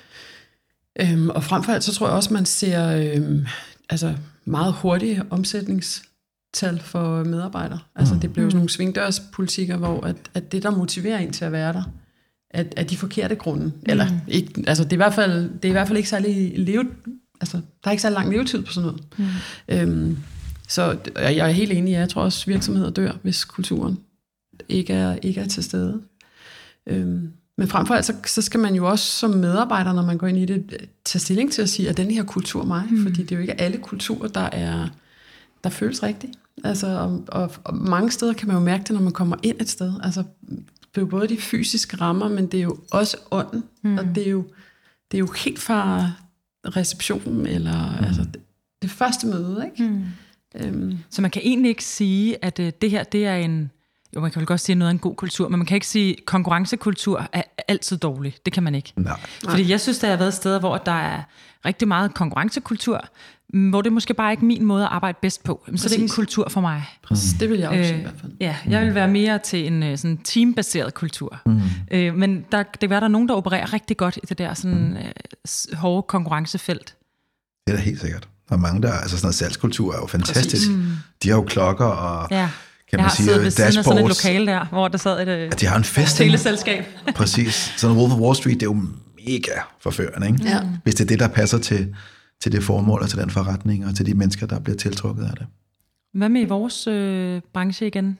Øhm, og frem for alt, så tror jeg også, man ser øhm, altså meget hurtige omsætningstal for medarbejdere. Altså mm. det bliver jo sådan nogle svingdørspolitikker, hvor at, at det, der motiverer en til at være der, af, af de forkerte grunde. Mm. Eller ikke, altså det er i hvert fald det er i hvert fald ikke særlig leve, altså der er ikke så lang levetid på sådan noget. Mm. Øhm, så jeg er helt enig, jeg tror også virksomheder dør, hvis kulturen ikke er ikke er til stede. Øhm, men frem for alt så, så skal man jo også som medarbejder, når man går ind i det, tage stilling til at sige, at den her kultur mig, mm. fordi det er jo ikke alle kulturer der er der føles rigtigt. Altså og, og, og mange steder kan man jo mærke det, når man kommer ind et sted. Altså det er jo både de fysiske rammer, men det er jo også ånden, mm. og det er jo, det er jo helt fra receptionen, eller mm. altså, det, det første møde, ikke? Mm. Øhm. Så man kan egentlig ikke sige, at øh, det her, det er en, jo man kan vel godt sige noget af en god kultur, men man kan ikke sige, at konkurrencekultur er altid dårlig. Det kan man ikke. Nej. Fordi jeg synes, der har været steder, hvor der er rigtig meget konkurrencekultur, hvor det er måske bare ikke min måde at arbejde bedst på. Så det er ikke en kultur for mig. Præcis, det vil jeg også øh, sige i hvert fald. Ja, jeg vil være mere til en sådan teambaseret kultur. Mm. Øh, men der, det kan være, der er nogen, der opererer rigtig godt i det der sådan, øh, hårde konkurrencefelt. Det er da helt sikkert. Der er mange, der... Altså sådan noget salgskultur er jo fantastisk. Mm. De har jo klokker og... Ja. Kan man jeg har sige, siddet ved siden af sådan et dashboards. Lokale der, hvor der sad et, ja, de har en fest, teleselskab. Præcis. Sådan Wolf of Wall Street, det er jo mega forførende, ikke? Ja. Hvis det er det, der passer til, til det formål og til den forretning og til de mennesker, der bliver tiltrukket af det. Hvad med i vores øh, branche igen?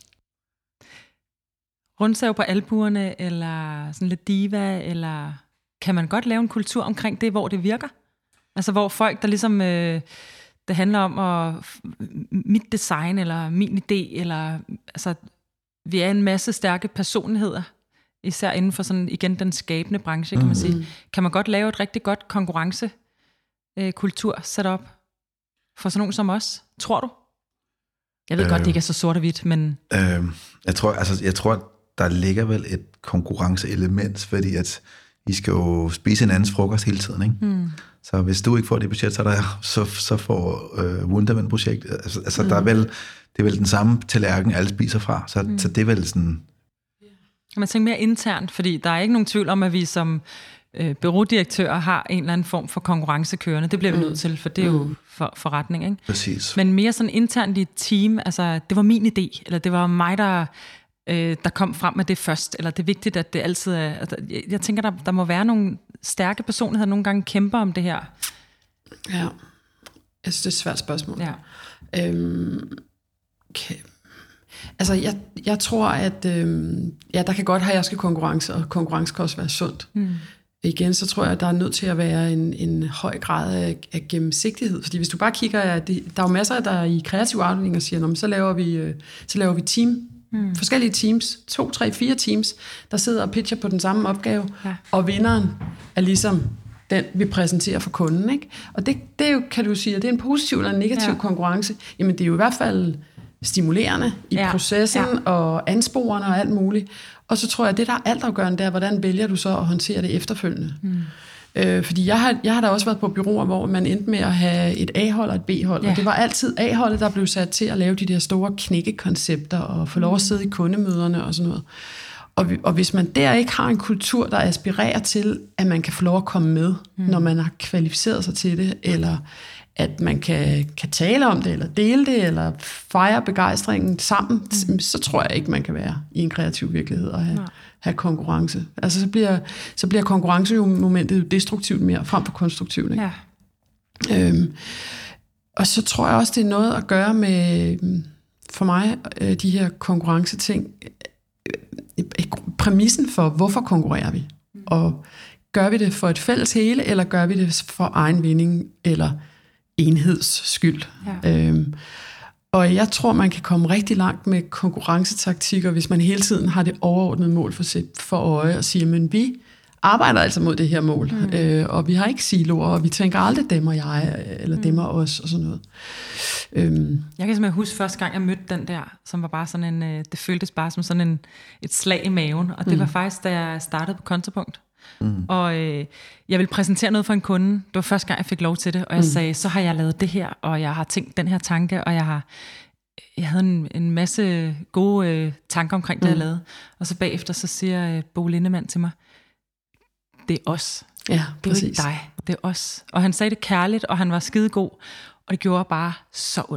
Rundsav på albuerne, eller sådan lidt diva, eller kan man godt lave en kultur omkring det, hvor det virker? Altså hvor folk, der ligesom... Øh, det handler om at mit design, eller min idé, eller altså, vi er en masse stærke personligheder, især inden for sådan, igen, den skabende branche, kan man sige. Mm. Kan man godt lave et rigtig godt konkurrencekultur setup for sådan nogen som os? Tror du? Jeg ved øh, godt, det ikke er så sort og hvidt, men... Øh, jeg tror, altså, jeg tror, der ligger vel et konkurrenceelement, fordi at I skal jo spise en andens frokost hele tiden, ikke? Mm. Så hvis du ikke får det budget, så, der, så, så får øh, Wunderman-projektet... Altså, altså mm. der er vel, det er vel den samme tallerken, alle spiser fra, så, mm. så det er vel sådan... Man tænker mere internt, fordi der er ikke nogen tvivl om, at vi som øh, bureaudirektører har en eller anden form for konkurrencekørende. Det bliver vi mm. nødt til, for det er jo for, forretning, ikke? Præcis. Men mere sådan internt i et team, altså det var min idé, eller det var mig, der... Øh, der kom frem med det først, eller det er vigtigt, at det altid er... Altså, jeg, jeg tænker, der, der må være nogle stærke personligheder, der nogle gange kæmper om det her. Ja, jeg synes, det er et svært spørgsmål. Ja. Øhm, okay. Altså, jeg, jeg tror, at øhm, ja, der kan godt have herske konkurrence, og konkurrence kan også være sundt. Mm. Igen, så tror jeg, at der er nødt til at være en, en høj grad af, af gennemsigtighed. Fordi hvis du bare kigger, at det, der er jo masser, der i kreative afdelinger siger, så laver vi, så laver vi team. Hmm. Forskellige teams, to, tre, fire teams, der sidder og pitcher på den samme opgave, ja. Og vinderen er ligesom den, vi præsenterer for kunden, ikke? Og det, det er jo, kan du sige, at det er en positiv eller en negativ ja. konkurrence. Jamen det er jo i hvert fald stimulerende i ja. processen ja. og ansporende og alt muligt. Og så tror jeg, at det der er altafgørende, det er, hvordan vælger du så at håndtere det efterfølgende. Hmm. Øh, fordi jeg har, jeg har da også været på bureauer, hvor man endte med at have et A-hold og et B-hold, ja. Og det var altid A-holdet, der blev sat til at lave de der store knækkekoncepter og få lov at sidde i kundemøderne og sådan noget. Og, og hvis man der ikke har en kultur, der aspirerer til, at man kan få lov at komme med, mm. når man har kvalificeret sig til det, eller at man kan, kan tale om det, eller dele det, eller fejre begejstringen sammen, mm. så tror jeg ikke, man kan være i en kreativ virkelighed og have, have konkurrence. Altså så bliver, så bliver konkurrence jo momentet jo destruktivt mere, frem for konstruktivt. Ikke? Ja. Øhm, og så tror jeg også, det er noget at gøre med, for mig, de her konkurrenceting, præmissen for, hvorfor konkurrerer vi? Mm. Og gør vi det for et fælles hele, eller gør vi det for egen vinding, eller enheds skyld? Ja. Øhm, og jeg tror, man kan komme rigtig langt med konkurrencetaktikker, hvis man hele tiden har det overordnede mål for, for øje, og siger, men vi arbejder altså mod det her mål, mm. øh, og vi har ikke siloer, og vi tænker aldrig dem og jeg, eller mm. dem og os, og sådan noget. Øhm. Jeg kan simpelthen huske første gang, jeg mødte den der, som var bare sådan en, det føltes bare som sådan en, et slag i maven, og det mm. var faktisk, da jeg startede på Kontrapunkt. Mm. Og øh, jeg ville præsentere noget for en kunde. Det var første gang, jeg fik lov til det, og jeg mm. sagde, så har jeg lavet det her, og jeg har tænkt den her tanke, og jeg har jeg havde en, en masse gode øh, tanker omkring det, mm. jeg lavede. Og så bagefter, så siger øh, Bo Lindemann til mig, det er os. Ja, det er ikke dig, det er os. Og han sagde det kærligt, og han var skidegod, og det gjorde bare så ondt.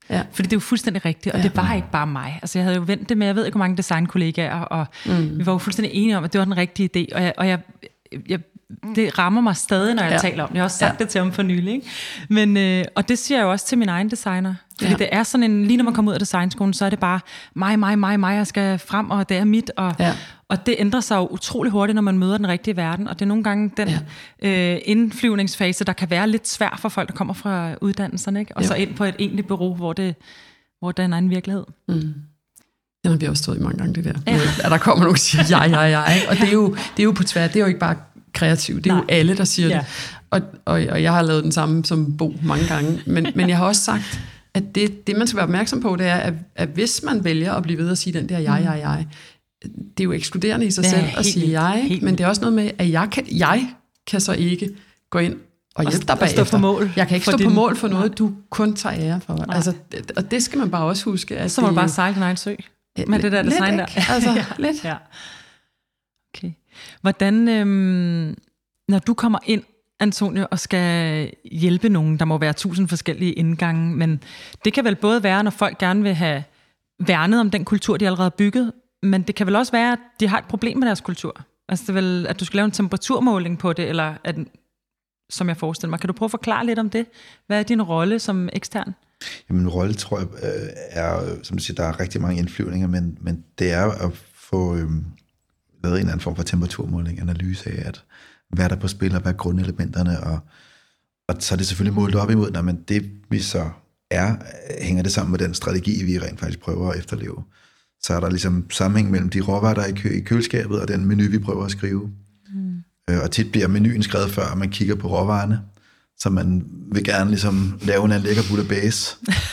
Ja. Fordi det er jo fuldstændig rigtigt, og ja. det var ikke bare mig. Altså jeg havde jo ventet det med, jeg ved ikke, hvor mange designkollegaer, og mm. vi var jo fuldstændig enige om, at det var den rigtige idé, og jeg, og jeg, jeg det rammer mig stadig, når jeg ja. taler om det. Jeg har også sagt ja. det til ham for nylig. Ikke? Men, øh, og det siger jeg jo også til min egen designer. Fordi ja. det er sådan en, lige når man kommer ud af designskolen, så er det bare mig, mig, mig, mig, jeg skal frem, og det er mit. Og, ja. og det ændrer sig jo utrolig hurtigt, når man møder den rigtige verden. Og det er nogle gange den ja. øh, indflyvningsfase, der kan være lidt svær for folk, der kommer fra uddannelserne. Ikke? Og jo. så ind på et egentligt bureau, hvor det hvor der er en anden virkelighed. Mm. Den har vi også stået i mange gange, det der. Ja. At der kommer nogen, der siger ja, ja, ja. Og det er jo, det er jo på tværs, det er jo ikke bare kreativt, det er Nej. jo alle, der siger ja. det. Og, og, og jeg har lavet den samme som Bo mange gange. Men, men jeg har også sagt, at det, det man skal være opmærksom på, det er, at, at hvis man vælger at blive ved at sige den der jeg, jeg, jeg, det er jo ekskluderende i sig ja, selv at sige jeg, men det er også noget med, at jeg kan, jeg kan så ikke gå ind og hjælpe dig bagefter. Stå på mål. Jeg kan ikke stå din... på mål for noget, du kun tager ære for. Altså, og det skal man bare også huske. At så må du bare sejle din egen sø. Med det der design der. Altså, ja. lidt. Ja. Okay. Hvordan, øhm, når du kommer ind, Antonio, og skal hjælpe nogen, der må være tusind forskellige indgange, men det kan vel både være, når folk gerne vil have værnet om den kultur, de allerede har bygget, men det kan vel også være, at de har et problem med deres kultur. Altså det er vel, at du skal lave en temperaturmåling på det, eller at, som jeg forestiller mig. Kan du prøve at forklare lidt om det? Hvad er din rolle som ekstern? Jamen, min rolle, tror jeg, er, som du siger, der er rigtig mange indflyvninger, men, men det er at få øhm, lavet en eller anden form for temperaturmåling, analyse af, at hvad er der på spil, og hvad er grundelementerne, og, og så er det selvfølgelig målt op imod, når man det vi så er, hænger det sammen med den strategi, vi rent faktisk prøver at efterleve. Så er der ligesom sammenhæng mellem de råvarer, der er i, kø- i køleskabet, og den menu, vi prøver at skrive. Mm. Øh, og tit bliver menuen skrevet før, man kigger på råvarerne, så man vil gerne ligesom lave en lækker bouillabaisse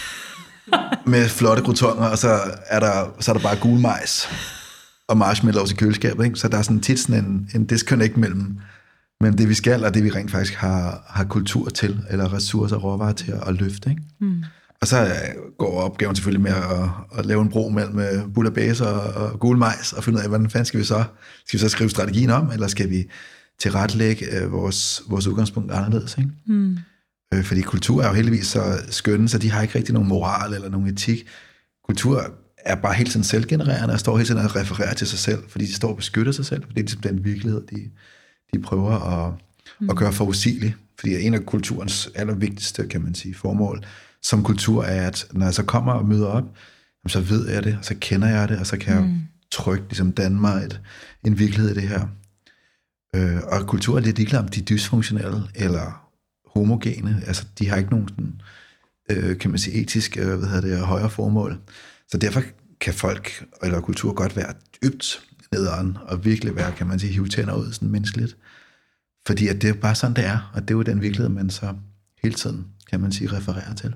med flotte croutoner, og så er der, så er der bare gul majs og marshmallows i køleskabet. Ikke? Så der er sådan tit sådan en, en disconnect mellem, mellem det, vi skal, og det, vi rent faktisk har, har kultur til, eller ressourcer og råvarer til at, at løfte. Ikke? Mm. Og så går opgaven selvfølgelig med at, at lave en bro mellem bouillabaisse og, og gul majs, og finde ud af, hvordan fanden skal vi så, skal vi så skrive strategien om, eller skal vi tilrettelægge øh, vores, vores udgangspunkt anderledes. Ikke? Mm. Øh, fordi kultur er jo heldigvis så skønne, så de har ikke rigtig nogen moral eller nogen etik. Kultur er bare helt sådan selvgenererende, og står helt sådan og refererer til sig selv, fordi de står og beskytter sig selv, for det er ligesom den virkelighed, de, de prøver at, mm. at gøre forudsigelig. Fordi en af kulturens allervigtigste, kan man sige, formål som kultur er, at når jeg så kommer og møder op, så ved jeg det, og så kender jeg det, og så kan mm. jeg trygt ligesom danne mig et, en virkelighed i det her. Øh, og kultur er lidt ligeglad om de er dysfunktionelle eller homogene. Altså, de har ikke nogen sådan, øh, kan man sige, etisk øh, hvad hedder det, højere formål. Så derfor kan folk eller kultur godt være dybt nederen og virkelig være, kan man sige, hive tænder ud sådan menneskeligt. Fordi at det er bare sådan, det er. Og det er jo den virkelighed, man så hele tiden, kan man sige, refererer til.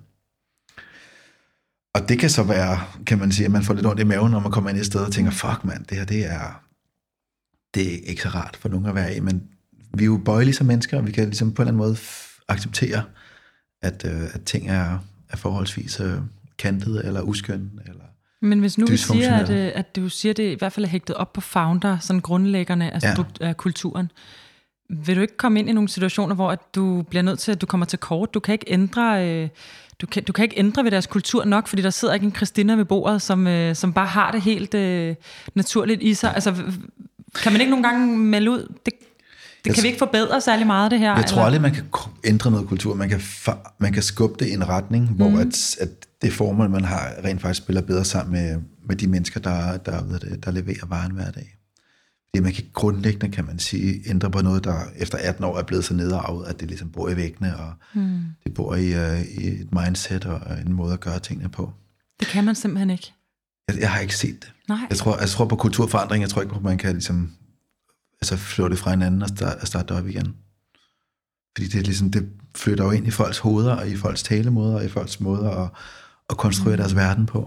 Og det kan så være, kan man sige, at man får lidt ondt i maven, når man kommer ind i et sted og tænker, fuck mand, det her, det er... det er ikke så rart for nogen at være i, men vi er jo bøjelige som mennesker, og vi kan ligesom på en eller anden måde f- acceptere, at, øh, at ting er, er forholdsvis øh, kantede, eller uskønne, eller men hvis nu vi siger, at, at du siger, at det i hvert fald er hægtet op på founder, sådan grundlæggerne af, ja. af kulturen, vil du ikke komme ind i nogle situationer, hvor at du bliver nødt til, at du kommer til kort? Du kan ikke ændre... Øh, Du kan, du kan ikke ændre ved deres kultur nok, fordi der sidder ikke en Christina ved bordet, som, øh, som bare har det helt øh, naturligt i sig. Altså, kan man ikke nogle gange melde ud, det, det kan vi ikke forbedre særlig meget, det her? Jeg tror aldrig, man kan ændre noget kultur. Man kan, man kan skubbe det i en retning, mm. hvor at, at det formål, man har, rent faktisk spiller bedre sammen med, med de mennesker, der, der, der, der leverer varen hver dag. Fordi man kan grundlæggende, kan man sige, ændre på noget, der efter atten år er blevet så nedarvet, at det ligesom bor i væggene, og mm. det bor i, uh, i et mindset og en måde at gøre tingene på. Det kan man simpelthen ikke. Jeg, jeg har ikke set det. Nej. Jeg tror, jeg tror på kulturforandring. Jeg tror ikke på, at man kan ligesom, altså flytte fra hinanden og starte, starte op igen. Fordi det, ligesom, det flytter jo ind i folks hoveder, og i folks talemåder, og i folks måder at, at konstruere mm. deres verden på.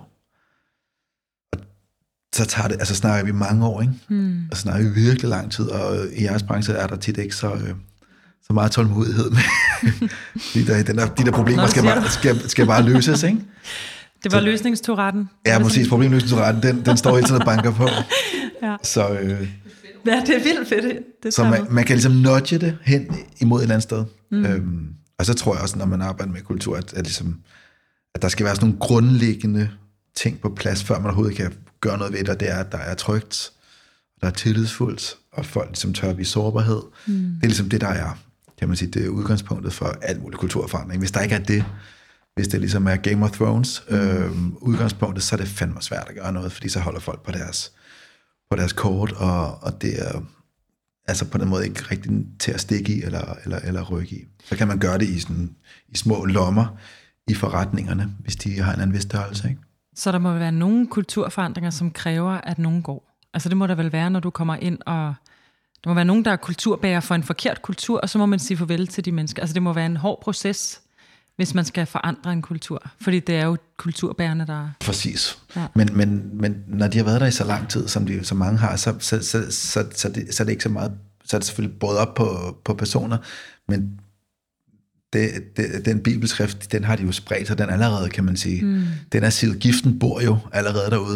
Så tager det, altså snakker vi mange år, ikke? Mm. Og snakker vi virkelig lang tid, og i jeres branche er der tit ikke så, øh, så meget tålmodighed med. de, der, den der, de der problemer skal bare, skal, skal bare løses, ikke? Det var løsningstoretten. Ja, præcis. Problemløsningstoretten, den, den står hele tiden og banker på. Ja. Så, øh, ja, det er vildt fedt. Det så man, man kan ligesom nudge det hen imod et eller andet sted. Mm. Øhm, og så tror jeg også, når man arbejder med kultur, at, at ligesom, at der skal være sådan nogle grundlæggende ting på plads, før man overhovedet kan gøre noget ved det, og det er, at der er trygt, der er tillidsfuldt, og folk ligesom tør at vise sårbarhed. Mm. Det er ligesom det, der er, kan man sige, det er udgangspunktet for alt mulig kulturforandring. Hvis der ikke er det, hvis det ligesom er Game of Thrones mm. øh, udgangspunktet, så er det fandme svært at gøre noget, fordi så holder folk på deres, på deres kort, og, og det er altså på den måde ikke rigtig til at stikke i, eller, eller, eller rykke i. Så kan man gøre det i, sådan, i små lommer i forretningerne, hvis de har en anden vis størrelse, ikke? Så der må være nogle kulturforandringer, som kræver, at nogen går. Altså det må der vel være, når du kommer ind, og der må være nogen, der er kulturbærer for en forkert kultur, og så må man sige farvel til de mennesker. Altså det må være en hård proces, hvis man skal forandre en kultur. Fordi det er jo kulturbærerne, der... Præcis. Ja. Men, men, men når de har været der i så lang tid, som, de, som mange har, så, så, så, så, så, det, så er det ikke så meget... Så er det selvfølgelig båret op på, på personer, men det, det, den bibelskrift, den har de jo spredt, så den allerede, kan man sige. Mm. Den er sivet, giften bor jo allerede derude.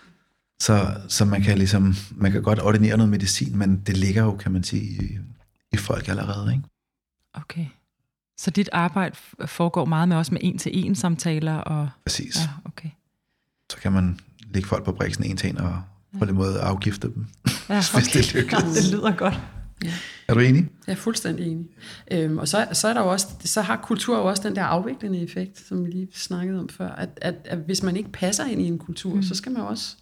Så, så man kan ligesom, man kan godt ordinere noget medicin, men det ligger jo, kan man sige, i, i folk allerede, ikke? Okay. Så dit arbejde foregår meget med også med en-til-en samtaler? Og... Præcis. Ja, okay. Så kan man lægge folk på briksen en til en, og på den måde afgifte dem, ja, okay. hvis det lykkes. Ja, det lyder godt. Ja. Er du enig? Jeg er fuldstændig enig. Øhm, og så, så er der jo også, så har kultur jo også den der afviklende effekt, som vi lige snakkede om før, at, at, at hvis man ikke passer ind i en kultur, mm. så skal man jo også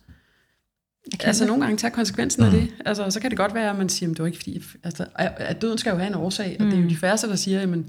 altså nogle gange tage konsekvensen mm. af det. Altså, så kan det godt være, at man siger, at det var ikke fordi, altså, at døden skal jo have en årsag, og mm. det er jo de færreste, der siger, at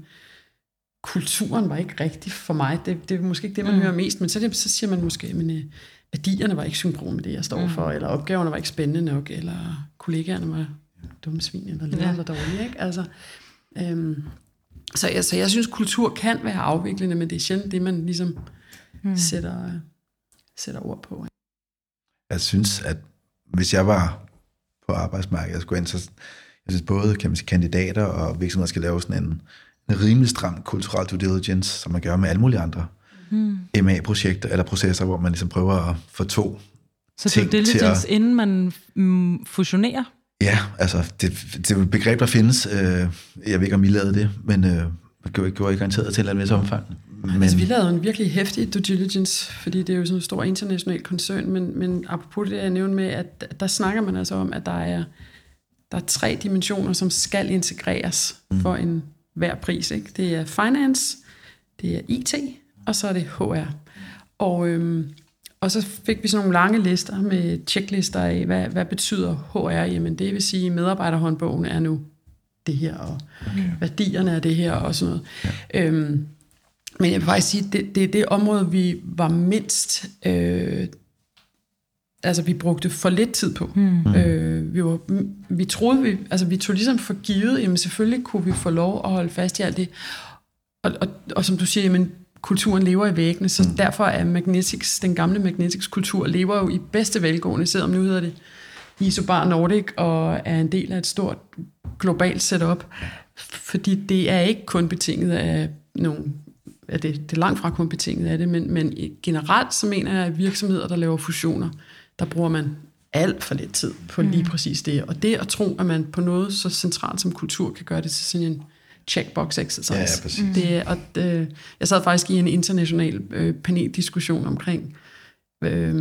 kulturen var ikke rigtig for mig. Det, det er måske ikke det, man mm. hører mest, men så, det, så siger man måske, at værdierne var ikke synkron med det, jeg står mm. for, eller opgaverne var ikke spændende nok, eller kollegaerne var dumme svin, eller lederne var dårlige, ikke? Altså, øhm, så, jeg, så jeg synes, kultur kan være afviklende, men det er sjældent det, man ligesom mm. sætter, sætter ord på. Jeg synes, at hvis jeg var på arbejdsmarkedet, jeg skulle ind, så jeg synes både, kan man sige, kandidater og virksomheder skal lave sådan en, en rimelig stram kulturel due diligence, som man gør med alle mulige andre mm. M A-projekter eller processer, hvor man ligesom prøver at få to så ting due diligence, til at... inden man mm, fusionerer? Det Ja, altså, det, det er et begreb, der findes. Jeg ved ikke, om I lavede det, men øh, det gjorde I garanteret til et vis omfang. Men... Altså, vi lavede en virkelig heftig due diligence, fordi det er jo sådan en stor international koncern, men, men apropos det, jeg nævnte med, at der snakker man altså om, at der er, der er tre dimensioner, som skal integreres mm. for en hver pris. Ikke? Det er finance, det er I T, og så er det H R. Og... Øhm, Og så fik vi sådan nogle lange lister med checklister af, hvad, hvad betyder H R? Jamen det vil sige, at medarbejderhåndbogen er nu det her, og okay. værdierne er det her, og sådan noget. Ja. Øhm, men jeg vil faktisk sige, at det, det er det område, vi var mindst... Øh, altså, vi brugte for lidt tid på. Mm. Øh, vi, var, vi troede, vi... Altså, vi tog ligesom for givet, jamen selvfølgelig kunne vi få lov at holde fast i alt det. Og, og, og som du siger, jamen... kulturen lever i væggene, så mm. derfor er Magnetics, den gamle Magnetics kultur, lever jo i bedste velgående, selvom nu hedder det Isobar Nordic, og er en del af et stort globalt setup, fordi det er ikke kun betinget af nogle, ja, det, det er langt fra kun betinget af det, men, men generelt så mener jeg, at virksomheder, der laver fusioner, der bruger man alt for lidt tid på mm. lige præcis det, og det at tro, at man på noget så centralt som kultur kan gøre det til sådan en checkbox exercise. Ja, ja, præcis. Det, og det, jeg sad faktisk i en international øh, paneldiskussion omkring øh,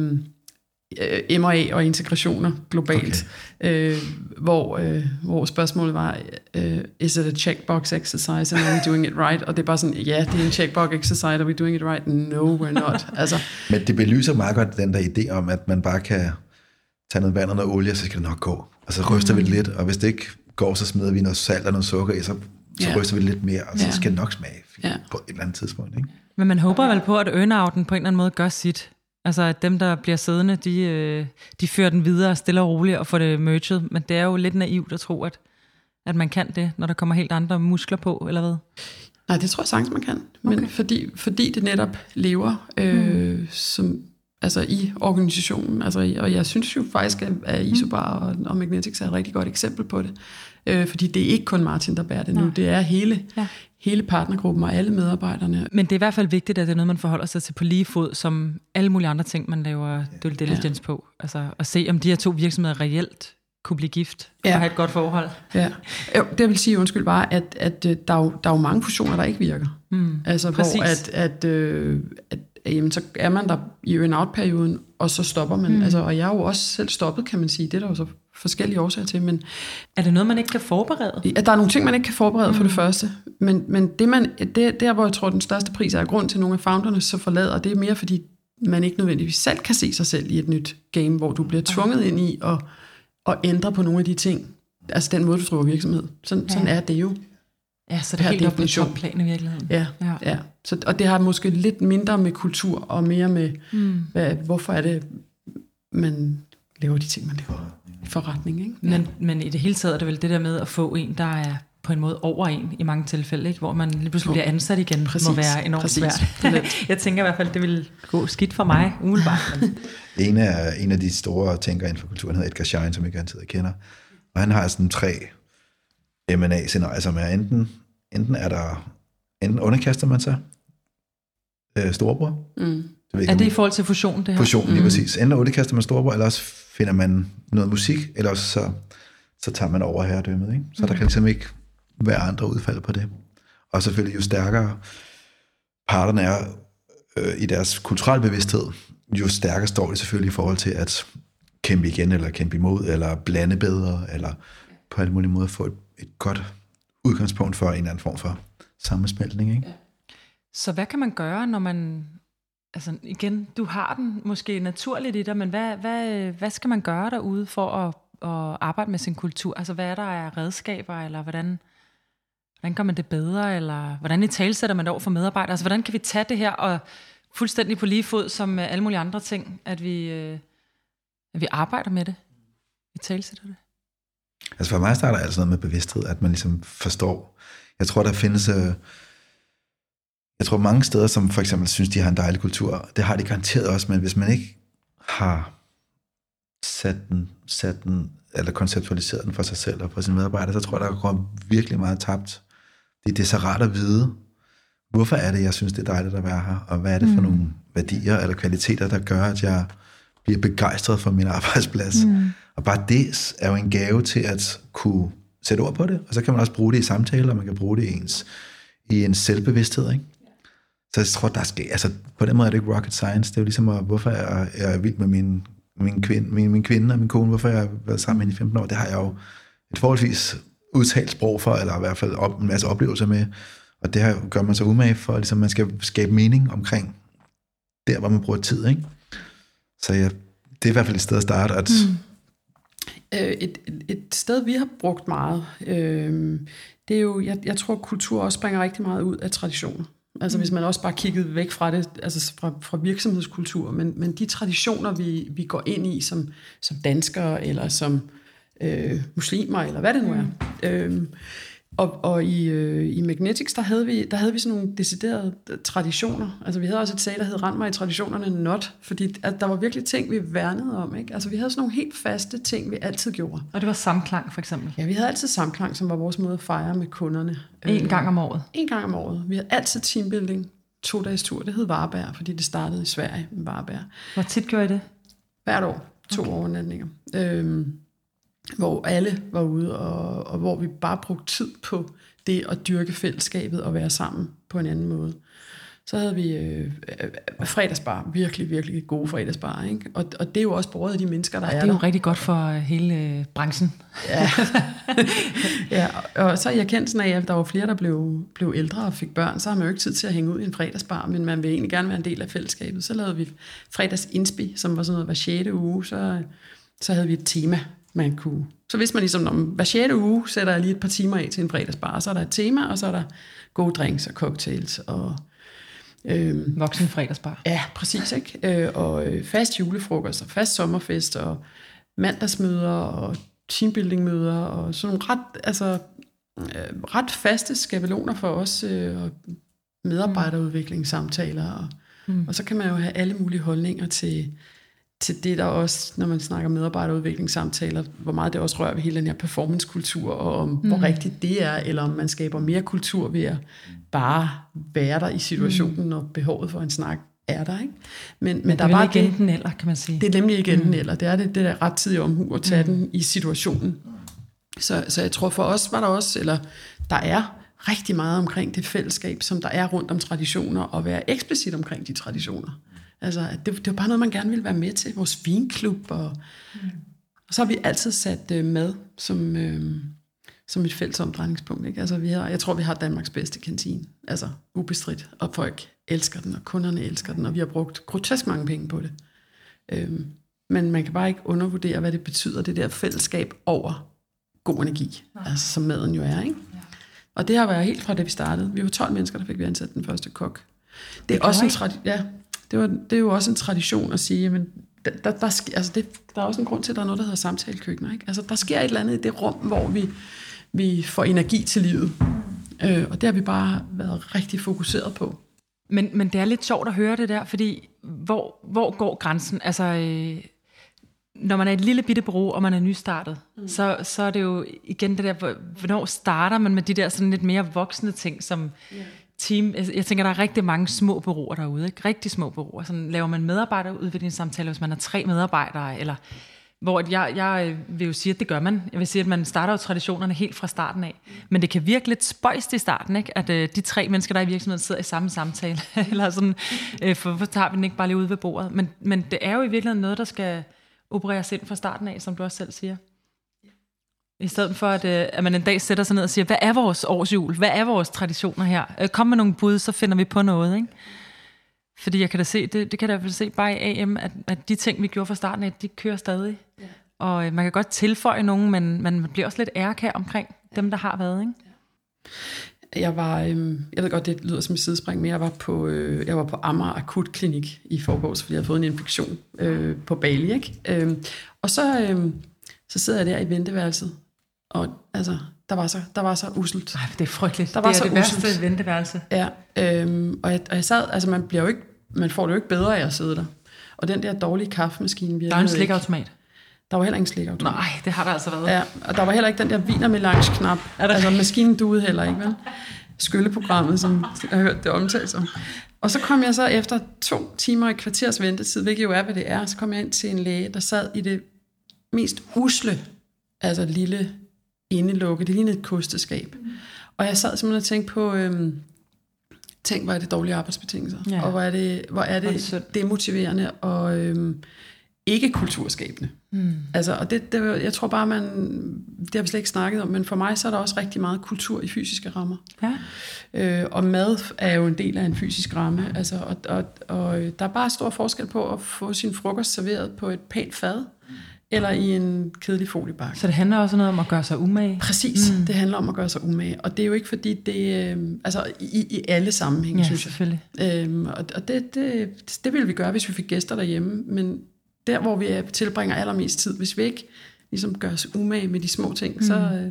M og A og integrationer globalt, okay. øh, hvor, øh, hvor spørgsmålet var, øh, is it a checkbox exercise and are we doing it right? Og det er bare sådan, ja, det er en checkbox exercise, are we doing it right? No, we're not. Altså, Men det belyser meget godt den der idé om, at man bare kan tage noget vand og noget olie, så skal det nok gå. Og så ryster mm. vi det lidt, og hvis det ikke går, så smider vi noget salt og noget sukker i, så så ja. ryster vi lidt mere, og så ja. skal det nok smage ja. på et eller andet tidspunkt. Ikke? Men man håber vel på, at earnouten på en eller anden måde gør sit. Altså, at dem, der bliver siddende, de, de fører den videre stille og roligt og får det merged. Men det er jo lidt naivt at tro, at, at man kan det, når der kommer helt andre muskler på, eller hvad? Nej, det tror jeg sagtens, man kan. Men okay. fordi, fordi det netop lever øh, mm. som, altså, i organisationen. Altså, og jeg synes jo faktisk, at Isobar og, og Magnetics er et rigtig godt eksempel på det. Øh, fordi det er ikke kun Martin, der bærer det nu. Nej. Det er hele, ja. hele partnergruppen og alle medarbejderne. Men det er i hvert fald vigtigt, at det er noget, man forholder sig til på lige fod, som alle mulige andre ting, man laver due diligence ja. på. Altså at se, om de her to virksomheder reelt kunne blive gift ja. og have et godt forhold. Ja. Det vil sige, undskyld bare, at, at der, er jo, der er jo mange fusioner, der ikke virker. Mm. Altså, Præcis. hvor at, at, øh, at, jamen, så er man der i earn-out-perioden, og så stopper man. Mm. Altså, og jeg er jo også selv stoppet, kan man sige. Det er der jo så forskellige årsager til. Men er det noget, man ikke kan forberede? Ja, der er nogle ting, man ikke kan forberede mm. for det første. Men, men det, man, det, der, hvor jeg tror, den største pris er grund til, nogle af founderne så forlader, det er mere, fordi man ikke nødvendigvis selv kan se sig selv i et nyt game, hvor du bliver tvunget ind i at, at ændre på nogle af de ting. Altså den måde, du driver virksomhed. Sådan, ja. sådan er det jo. Ja, så det er helt op på topplan i virkeligheden. Ja, ja. ja. Så, og det har måske lidt mindre med kultur, og mere med, mm. hvad, hvorfor er det, man laver de ting, man laver i forretning. Ikke? Ja. Men, men i det hele taget er det vel det der med at få en, der er på en måde over en i mange tilfælde, ikke? Hvor man lige pludselig bliver ansat igen, præcis, må være enormt præcis. Svært. Jeg tænker i hvert fald, det vil gå skidt for mig umiddelbart. en, af, en af de store tænkere inden for kulturen hedder Edgar Schein, som jeg garantid kender. Og han har sådan tre M and A-scenarier, som er enten, enten er der, enten underkaster man sig øh, storebror. Mm. Det er det i forhold til fusion, det her? Fusion, lige mm. præcis. Enten underkaster man storebror, eller også finder man noget musik, eller også så, så tager man over herredømmet. Ikke? Så mm. der kan ligesom ikke være andre udfald på det. Og selvfølgelig jo stærkere parterne er øh, i deres kulturelle bevidsthed, jo stærkere står de selvfølgelig i forhold til at kæmpe igen, eller kæmpe imod, eller blande bedre, eller på alle mulige måder få et, et godt udgangspunkt for en eller anden form for sammensmeltning. Ikke? Ja. Så hvad kan man gøre, når man, altså igen, du har den måske naturligt i dig, men hvad, hvad, hvad skal man gøre derude for at, at arbejde med sin kultur? Altså hvad er der af redskaber, eller hvordan, hvordan gør man det bedre, eller hvordan i talesætter man det over for medarbejdere? Altså hvordan kan vi tage det her og fuldstændig på lige fod som alle mulige andre ting, at vi, at vi arbejder med det, vi talesætter det? Altså for mig starter alt sådan noget med bevidsthed, at man ligesom forstår. Jeg tror, der findes... Øh, jeg tror mange steder, som for eksempel synes, de har en dejlig kultur, det har de garanteret også, men hvis man ikke har sat den, sat den eller konceptualiseret den for sig selv og for sine medarbejdere, så tror jeg, der går virkelig meget tabt. Det, det er så rart at vide, hvorfor er det, jeg synes, det er dejligt at være her, og hvad er det for mm. nogle værdier eller kvaliteter, der gør, at jeg bliver begejstret for min arbejdsplads. Mm. Og bare det er jo en gave til at kunne sætte ord på det, og så kan man også bruge det i samtaler, og man kan bruge det i ens, i ens selvbevidsthed, ikke? Så jeg tror, der skal, altså på den måde er det ikke rocket science, det er jo ligesom, at, hvorfor jeg er vild med min, min, kvinde, min, min kvinde og min kone, hvorfor jeg har været sammen med hende i femten år, det har jeg jo et forholdsvis udtalt sprog for, eller i hvert fald op, en masse oplevelser med, og det her gør man så umage for, ligesom man skal skabe mening omkring der, hvor man bruger tid, ikke? Så ja, det er i hvert fald et sted at starte, at mm. Et, et, et sted, vi har brugt meget, øh, det er jo, jeg, jeg tror, kultur også springer rigtig meget ud af traditioner. Altså mm. hvis man også bare kiggede væk fra det, altså fra, fra virksomhedskultur, men, men de traditioner, vi, vi går ind i som, som danskere, eller som øh, muslimer, eller hvad det nu er. Mm. Øh, og og i, øh, i Magnetics, der havde, vi, der havde vi sådan nogle deciderede traditioner. Altså vi havde også et sag, der hed Rend mig i traditionerne not, fordi at der var virkelig ting, vi værnede om. Ikke? Altså vi havde sådan nogle helt faste ting, vi altid gjorde. Og det var samklang for eksempel? Ja, vi havde altid samklang, som var vores måde at fejre med kunderne. En gang om året? En gang om året. Vi havde altid teambuilding, to dages tur. Det hed Varberg, fordi det startede i Sverige med Varberg. Hvor tit gjorde I det? Hvert år. To okay. overnatninger. Øhm, hvor alle var ude, og, og hvor vi bare brugte tid på det at dyrke fællesskabet og være sammen på en anden måde. Så havde vi øh, fredagsbar, virkelig, virkelig gode fredagsbar, ikke? Og, og det er jo også båret af de mennesker, der og er der. Det er jo der. Rigtig godt for hele øh, branchen. Ja. Ja, og, og så i erkendelsen af, at der var flere, der blev, blev ældre og fik børn, så har man jo ikke tid til at hænge ud i en fredagsbar, men man vil egentlig gerne være en del af fællesskabet. Så lavede vi fredags inspi, som var sådan noget hver sjette uge, så, så havde vi et tema, man kunne. Så hvis man ligesom, om hver sjette uge sætter jeg lige et par timer af til en fredagsbar, så er der et tema, og så er der gode drinks og cocktails og Øhm, Voksen fredagsbar. Ja, præcis, ikke? Øh, og fast julefrokost og fast sommerfest og mandagsmøder og teambuildingmøder og sådan nogle ret, altså, øh, ret faste skabeloner for os øh, og medarbejderudviklingssamtaler og, mm. og så kan man jo have alle mulige holdninger til, til det der også, når man snakker medarbejderudviklingssamtaler, hvor meget det også rører ved hele den her performancekultur, og om mm. hvor rigtigt det er, eller om man skaber mere kultur ved at bare være der i situationen, mm. når behovet for en snak er der, ikke? Men, men, men der er bare ikke enten eller, kan man sige. Det er nemlig ikke enten mm. eller. Det er det, det der rettidige omhu at tage mm. den i situationen. Så, så jeg tror for os var der også, eller der er rigtig meget omkring det fællesskab, som der er rundt om traditioner, og være eksplicit omkring de traditioner. Altså, at det, det var bare noget, man gerne ville være med til. Vores vinklub, og, mm. og så har vi altid sat øh, mad som, øh, som et fælles omdrejningspunkt. Ikke? Altså, vi har, jeg tror, vi har Danmarks bedste kantine. Altså, ubestridt. Og folk elsker den, og kunderne elsker den, og vi har brugt grotesk mange penge på det. Øhm, men man kan bare ikke undervurdere, hvad det betyder, det der fællesskab over god energi. Nej. Altså, som maden jo er, ikke? Ja. Og det har været helt fra det, vi startede. Vi var tolv mennesker, der fik vi ansat den første kok. Det, det er også en tradi- ja, det, var, det er jo også en tradition at sige, men der, der, der, sker, altså det, der er også en grund til, at der er noget, der hedder samtalekøkkener. Ikke? Altså, der sker et eller andet i det rum, hvor vi, vi får energi til livet. Øh, og det har vi bare været rigtig fokuseret på. Men, men det er lidt sjovt at høre det der, fordi hvor, hvor går grænsen? Altså, øh, når man er et lille bitte bureau, og man er nystartet, mm. så, så er det jo igen det der, hvornår starter man med de der sådan lidt mere voksne ting, som yeah. team. Jeg tænker, der er rigtig mange små bureauer derude, ikke? Rigtig små bureauer. Sådan laver man medarbejderudviklingssamtaler, hvis man har tre medarbejdere, eller hvor jeg, jeg vil jo sige, at det gør man. Jeg vil sige, at man starter jo traditionerne helt fra starten af. Men det kan virke lidt spøjst i starten, ikke? At øh, de tre mennesker, der er i virksomheden, sidder i samme samtale. Eller sådan, øh, for hvorfor tager vi den ikke bare lige ude ved bordet? Men, men det er jo i virkeligheden noget, der skal opereres ind fra starten af, som du også selv siger. I stedet for, at, øh, at man en dag sætter sig ned og siger, hvad er vores årsjul? Hvad er vores traditioner her? Øh, kom med nogle bud, så finder vi på noget, ikke? Fordi jeg kan da se, det, det kan jeg da se bare i A M, at, at de ting, vi gjorde fra starten af, de kører stadig. Ja. Og øh, man kan godt tilføje nogen, men, men man bliver også lidt ærkær omkring ja. dem, der har været, ikke? Ja. Jeg var, øh, jeg ved godt, det lyder som et sidespring, men jeg var på, øh, jeg var på Amager Akutklinik i forgårs, fordi jeg havde fået en infektion øh, på Bali, ikke? Øh, og så, øh, så sidder jeg der i venteværelset, og altså, der var så, der var så uselt. Ej, det er frygteligt. Der var det er så det værste uselt. Venteværelse. Ja, øhm, og, jeg, og jeg sad, altså man bliver jo ikke, man får det jo ikke bedre af at sidde der. Og den der dårlige kaffemaskine virkede. Der er en slikautomat. Der var heller ingen slikautomat. Nej, det har der altså været. Ja, og der var heller ikke den der wienermelange-knap. Altså maskinen duede heller ikke, vel? Skylleprogrammet, som jeg har hørt det omtalt om. Og så kom jeg så efter to timer i kvarters ventetid, hvilket jo er, hvad det er, så kom jeg ind til en læge, der sad i det mest usle, altså lille indelukke. Det lignede et kosteskab. Mm. Og jeg sad simpelthen og tænkte på, øhm, tænk, hvor er det dårlige arbejdsbetingelser, ja. og hvor er det, hvor er det, det demotiverende og øhm, ikke kulturskabende. Mm. Altså, og det, det, jeg tror bare, man, det har vi slet ikke snakket om, men for mig så er der også rigtig meget kultur i fysiske rammer. Ja. Øh, og mad er jo en del af en fysisk ramme. Altså, og, og, og der er bare stor forskel på at få sin frokost serveret på et pænt fad, eller i en kedelig foliebakke. Så det handler også noget om at gøre sig umage? Præcis, mm. det handler om at gøre sig umage. Og det er jo ikke fordi, det øh, altså i, i alle sammenhænge, ja, synes jeg. Selvfølgelig. Øhm, og og det, det, det ville vi gøre, hvis vi fik gæster derhjemme. Men der, hvor vi tilbringer allermest tid, hvis vi ikke ligesom gør os umage med de små ting, mm. så, øh,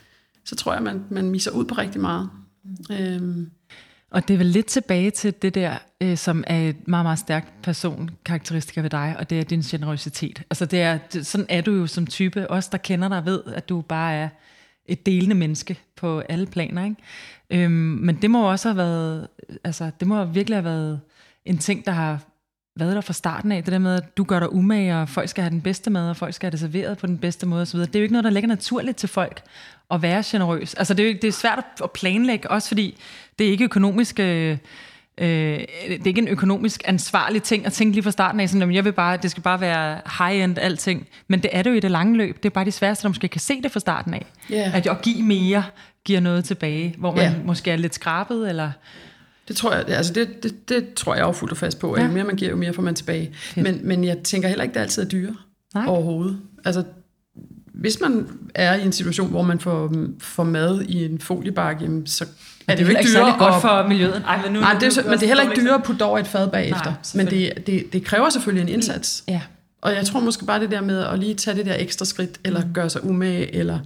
så tror jeg, man, man misser ud på rigtig meget. Mm. Øhm. Og det er vel lidt tilbage til det der, øh, som er et meget, meget stærkt personkarakteristika ved dig, og det er din generøsitet. Altså det er, det, sådan er du jo som type. Os, der kender dig, ved, at du bare er et delende menneske på alle planer, ikke? Øhm, men det må også have været, altså det må virkelig have været en ting, der har været der fra starten af. Det der med, at du gør dig umage, og folk skal have den bedste mad, og folk skal have det serveret på den bedste måde osv. Det er jo ikke noget, der ligger naturligt til folk at være generøs. Altså det er, jo, det er svært at planlægge, også fordi det er ikke økonomisk, øh, øh, det er ikke en økonomisk ansvarlig ting at tænke lige fra starten af, sådan, at jeg vil bare, det skal bare være high-end alting. Men det er det jo i det lange løb. Det er bare de sværeste, der måske kan se det fra starten af. Yeah. At at give mere giver noget tilbage, hvor man yeah. måske er lidt skrabet, eller... Det tror jeg, altså det, det, det tror jeg jo fuldt og fast på. At ja. Jo mere man giver, jo mere får man tilbage. Men, men jeg tænker heller ikke, det altid er dyre Nej. overhovedet. Altså, hvis man er i en situation, hvor man får, får mad i en foliebakke, jamen, så er det, det jo ikke dyre. Det er godt for miljøet. Ej, men, nu, Nej, det er, men det er heller ikke dyre at putte over et fad bagefter. Nej, men det, det, det kræver selvfølgelig en indsats. Ja. Og jeg tror måske bare det der med at lige tage det der ekstra skridt, eller mm. gøre sig umage, eller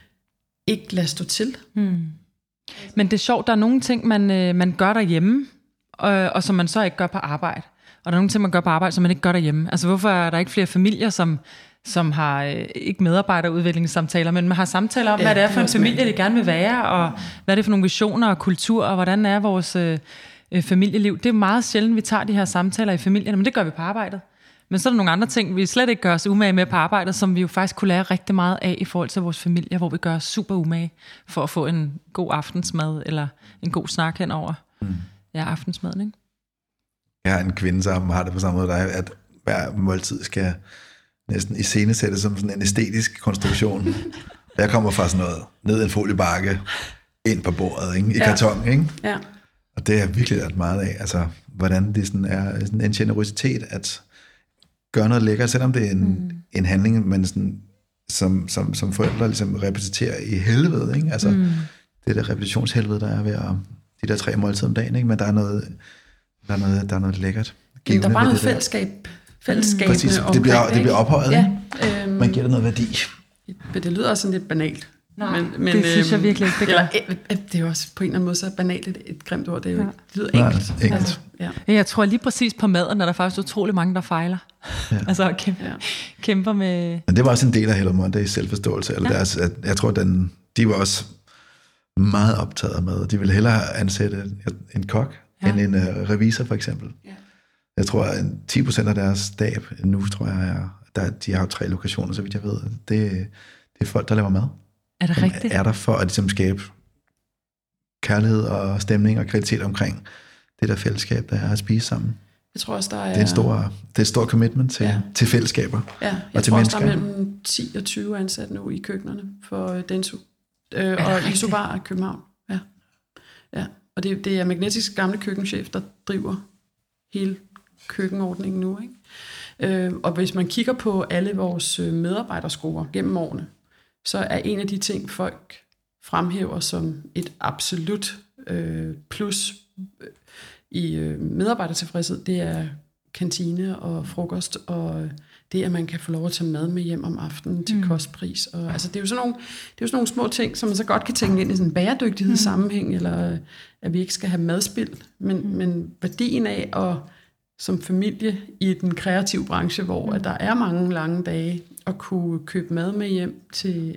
ikke lade stå til. Mm. Men det er sjovt, der er nogle ting, man, øh, man gør derhjemme, og, og som man så ikke gør på arbejde. Og der er nogle ting, man gør på arbejde, som man ikke gør derhjemme. Altså hvorfor er der ikke flere familier, som, som har øh, ikke medarbejderudviklingssamtaler, men man har samtaler om, ja, hvad det er for en familie, de gerne vil være, og hvad er det for nogle visioner og kultur, og hvordan er vores øh, familieliv. Det er meget sjældent, vi tager de her samtaler i familierne, men det gør vi på arbejdet. Men så er der nogle andre ting, vi slet ikke gør os umage med på arbejdet, som vi jo faktisk kunne lære rigtig meget af i forhold til vores familie, hvor vi gør os super umage for at få en god aftensmad, eller en god snak henover mm. ja, aftensmaden, ikke? Jeg har en kvinde, som har det på samme måde, der, at hver måltid skal næsten iscenesættes som sådan en æstetisk konstruktion. Jeg kommer fra sådan noget, ned en foliebakke, ind på bordet, ikke? I ja. karton, ikke? Ja. Og det er virkelig ret meget af, altså, hvordan det sådan er sådan en generøsitet, at gøre noget lækkert, selvom det er en, mm. en handling, men sådan, som, som, som forældre ligesom repræsenterer i helvede, ikke? Altså, mm. det der repetitionshelvede, der er ved at, de der tre måltider om dagen, ikke? Men der er noget, der er noget, der er noget lækkert. Jamen, der er bare noget fællesskab, fællesskabende Præcis, omkring det bliver, det bliver ophøjet, ja, øhm, man giver det noget værdi. Det lyder sådan lidt banalt. Nej, men, men, det synes jeg virkelig ikke, det gør. Eller, det er jo også på en eller anden måde så banalt et, et grimt ord. Det, er jo, ja. det lyder enkelt. Nej, enkelt. Altså, ja. Jeg tror lige præcis på maden, er der faktisk utrolig mange, der fejler. Ja. altså kæmper, ja. kæmper med... Men det var også en del af Helle Mondays selvforståelse. Eller ja. deres, at jeg tror, den, de var også meget optaget af mad. De ville hellere ansætte en kok, ja. end en uh, revisor for eksempel. Ja. Jeg tror, at ti procent af deres stab nu, tror jeg, er, der, de har jo tre lokationer, så vidt jeg ved. Det, det er folk, der laver mad. Er det rigtigt? Er der for at ligesom skabe kærlighed og stemning og kvalitet omkring det der fællesskab, der er at spise sammen. Jeg tror også, der er... Det er, en stor, det er et stort commitment til, ja. til fællesskaber ja, jeg og til tror mennesker. også, der er mellem ti og tyve ansat nu i køkkenerne for Denso øh, og Isobar i København. Ja. Ja. Og det, det er Magnetisk gamle køkkenchef, der driver hele køkkenordningen nu. Ikke? Øh, og hvis man kigger på alle vores medarbejderscorer gennem årene, så er en af de ting, folk fremhæver som et absolut øh, plus øh, i øh, medarbejdertilfredshed, det er kantine og frokost, og det, at man kan få lov at tage mad med hjem om aftenen til mm. kostpris. Og, altså, det er jo sådan nogle, det er jo sådan nogle små ting, som man så godt kan tænke ind i sådan en bæredygtighedssammenhæng, mm. eller at vi ikke skal have madspild, men, mm. men værdien af at som familie i den kreative branche, hvor mm. at der er mange lange dage, at kunne købe mad med hjem til,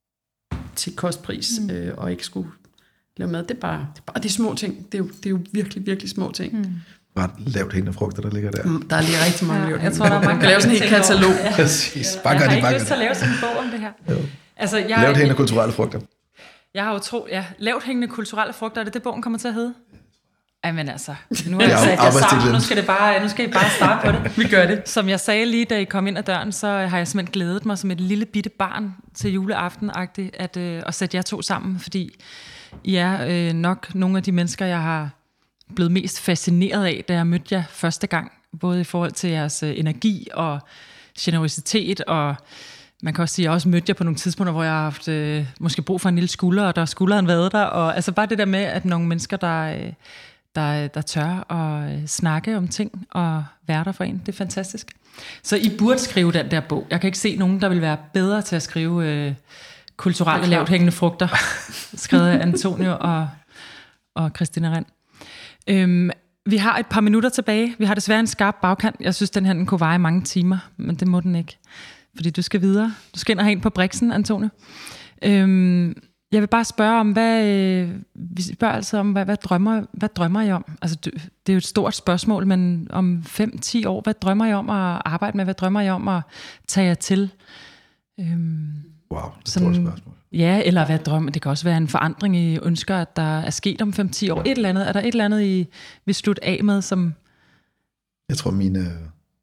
til kostpris, mm. øh, og ikke skulle lave mad. Det er bare, det er bare de små ting. Det er jo, det er jo virkelig, virkelig små ting. Mm. Ret lavt hængende frugter, der ligger der. Mm, der er lige rigtig mange ja, lavt. Jeg tror, der er mange, man kan lave sådan en helt katalog. Ja. Præcis. Bare jeg gør har det, ikke bare lyst til at lave sådan en bog om det her. Jo. Altså, jeg, lavt hængende kulturelle frugter. Jeg har jo tro, ja, lavt hængende kulturelle frugter, er det det, bogen kommer til at hedde? Jamen altså, nu har jeg sat jer sammen, nu skal, det bare, nu skal I bare starte på det. Vi gør det. Som jeg sagde lige, da I kom ind ad døren, så har jeg simpelthen glædet mig som et lille bitte barn til juleaften-agtigt, at, øh, at sætte jer to sammen, fordi I er øh, nok nogle af de mennesker, jeg har blevet mest fascineret af, da jeg mødte jer første gang, både i forhold til jeres øh, energi og generøsitet, og man kan også sige, at jeg også mødte jer på nogle tidspunkter, hvor jeg har haft øh, måske brug for en lille skulder, og der er skulderen været der, og altså bare det der med, at nogle mennesker, der... Øh, Der, der tør at snakke om ting og være der for en. Det er fantastisk. Så I burde skrive den der bog. Jeg kan ikke se nogen, der vil være bedre til at skrive øh, kulturelle lavt hængende frugter, skrevet af Antonio og, og Christina Rend. Øhm, vi har et par minutter tilbage. Vi har desværre en skarp bagkant. Jeg synes, den her den kunne veje mange timer, men det må den ikke. Fordi du skal videre. Du skal ind og have en på briksen, Antonio. Øhm, Jeg vil bare spørge om, hvad, øh, vi spørger altså om, hvad, hvad, drømmer, hvad drømmer I om? Altså, det, det er jo et stort spørgsmål, men om fem til ti år, hvad drømmer I om at arbejde med? Hvad drømmer I om at tage jer til? Øhm, wow, det er et stort spørgsmål. Ja, eller hvad drømmer? Det kan også være en forandring, I ønsker, at der er sket om fem til ti år. Et eller andet. Er der et eller andet, I vil slutte af med, som... Jeg tror, mine,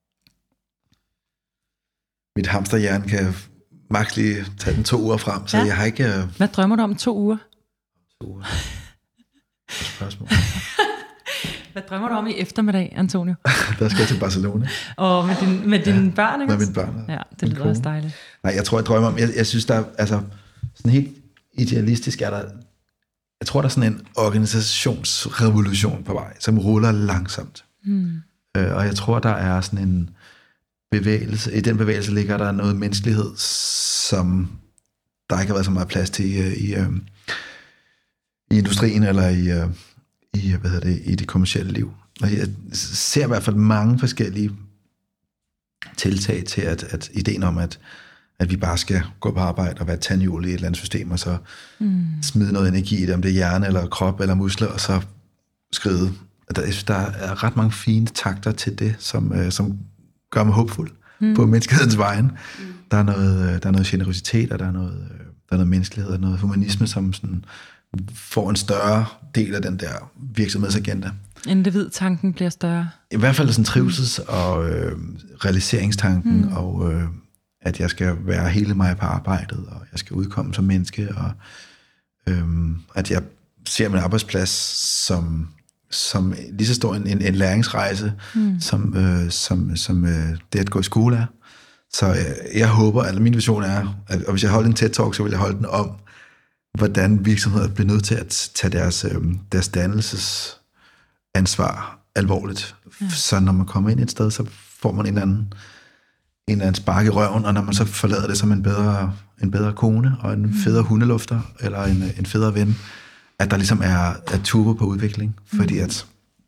mit hamsterhjerne kan... Max lige tage den to uger frem, så ja. jeg har ikke... Uh... Hvad drømmer du om to uger? To uger. Spørgsmål. Hvad drømmer du om i eftermiddag, Antonio? Der skal jeg til Barcelona. Og med, din, med dine ja, børn, ikke? Med mine børn. Ja, det lyder også dejligt. Nej, jeg tror, jeg drømmer om... Jeg, jeg synes, der er... Altså, sådan helt idealistisk er der... Jeg tror, der er sådan en organisationsrevolution på vej, som ruller langsomt. Hmm. Øh, og jeg tror, der er sådan en... bevægelse. I den bevægelse ligger der noget menneskelighed, som der ikke har været så meget plads til i, i, i industrien eller i, i, hvad hedder det, i det kommercielle liv. Og jeg ser i hvert fald mange forskellige tiltag til, at, at ideen om, at, at vi bare skal gå på arbejde og være tandhjul i et eller andet system, og så mm. smide noget energi i det, om det er hjerne eller krop eller muskler, og så skride. Der, der er ret mange fine takter til det, som, som gør mig håbfuld mm. på menneskehedens vejen. Mm. Der er noget, der er noget generøsitet, og der er noget, der er noget menneskelighed, og noget humanisme, som sådan får en større del af den der virksomhedsagenda. Individtanken bliver større. I hvert fald sådan trivsels- og øh, realiseringstanken, mm. og øh, at jeg skal være hele mig på arbejdet, og jeg skal udkomme som menneske, og øh, at jeg ser min arbejdsplads som, som lige så stor en, en, en læringsrejse, mm. som, øh, som, som øh, det at gå i skole er. Så jeg, jeg håber, at min vision er, at og hvis jeg holder en TED-talk, så vil jeg holde den om, hvordan virksomheder bliver nødt til at tage deres, øh, deres dannelsesansvar alvorligt. Ja. Så når man kommer ind et sted, så får man en eller anden, en eller anden spark i røven, og når man så forlader det som en bedre, en bedre kone, og en federe hundelufter, eller en, en federe ven, at der ligesom er, er turbo på udvikling. Fordi at,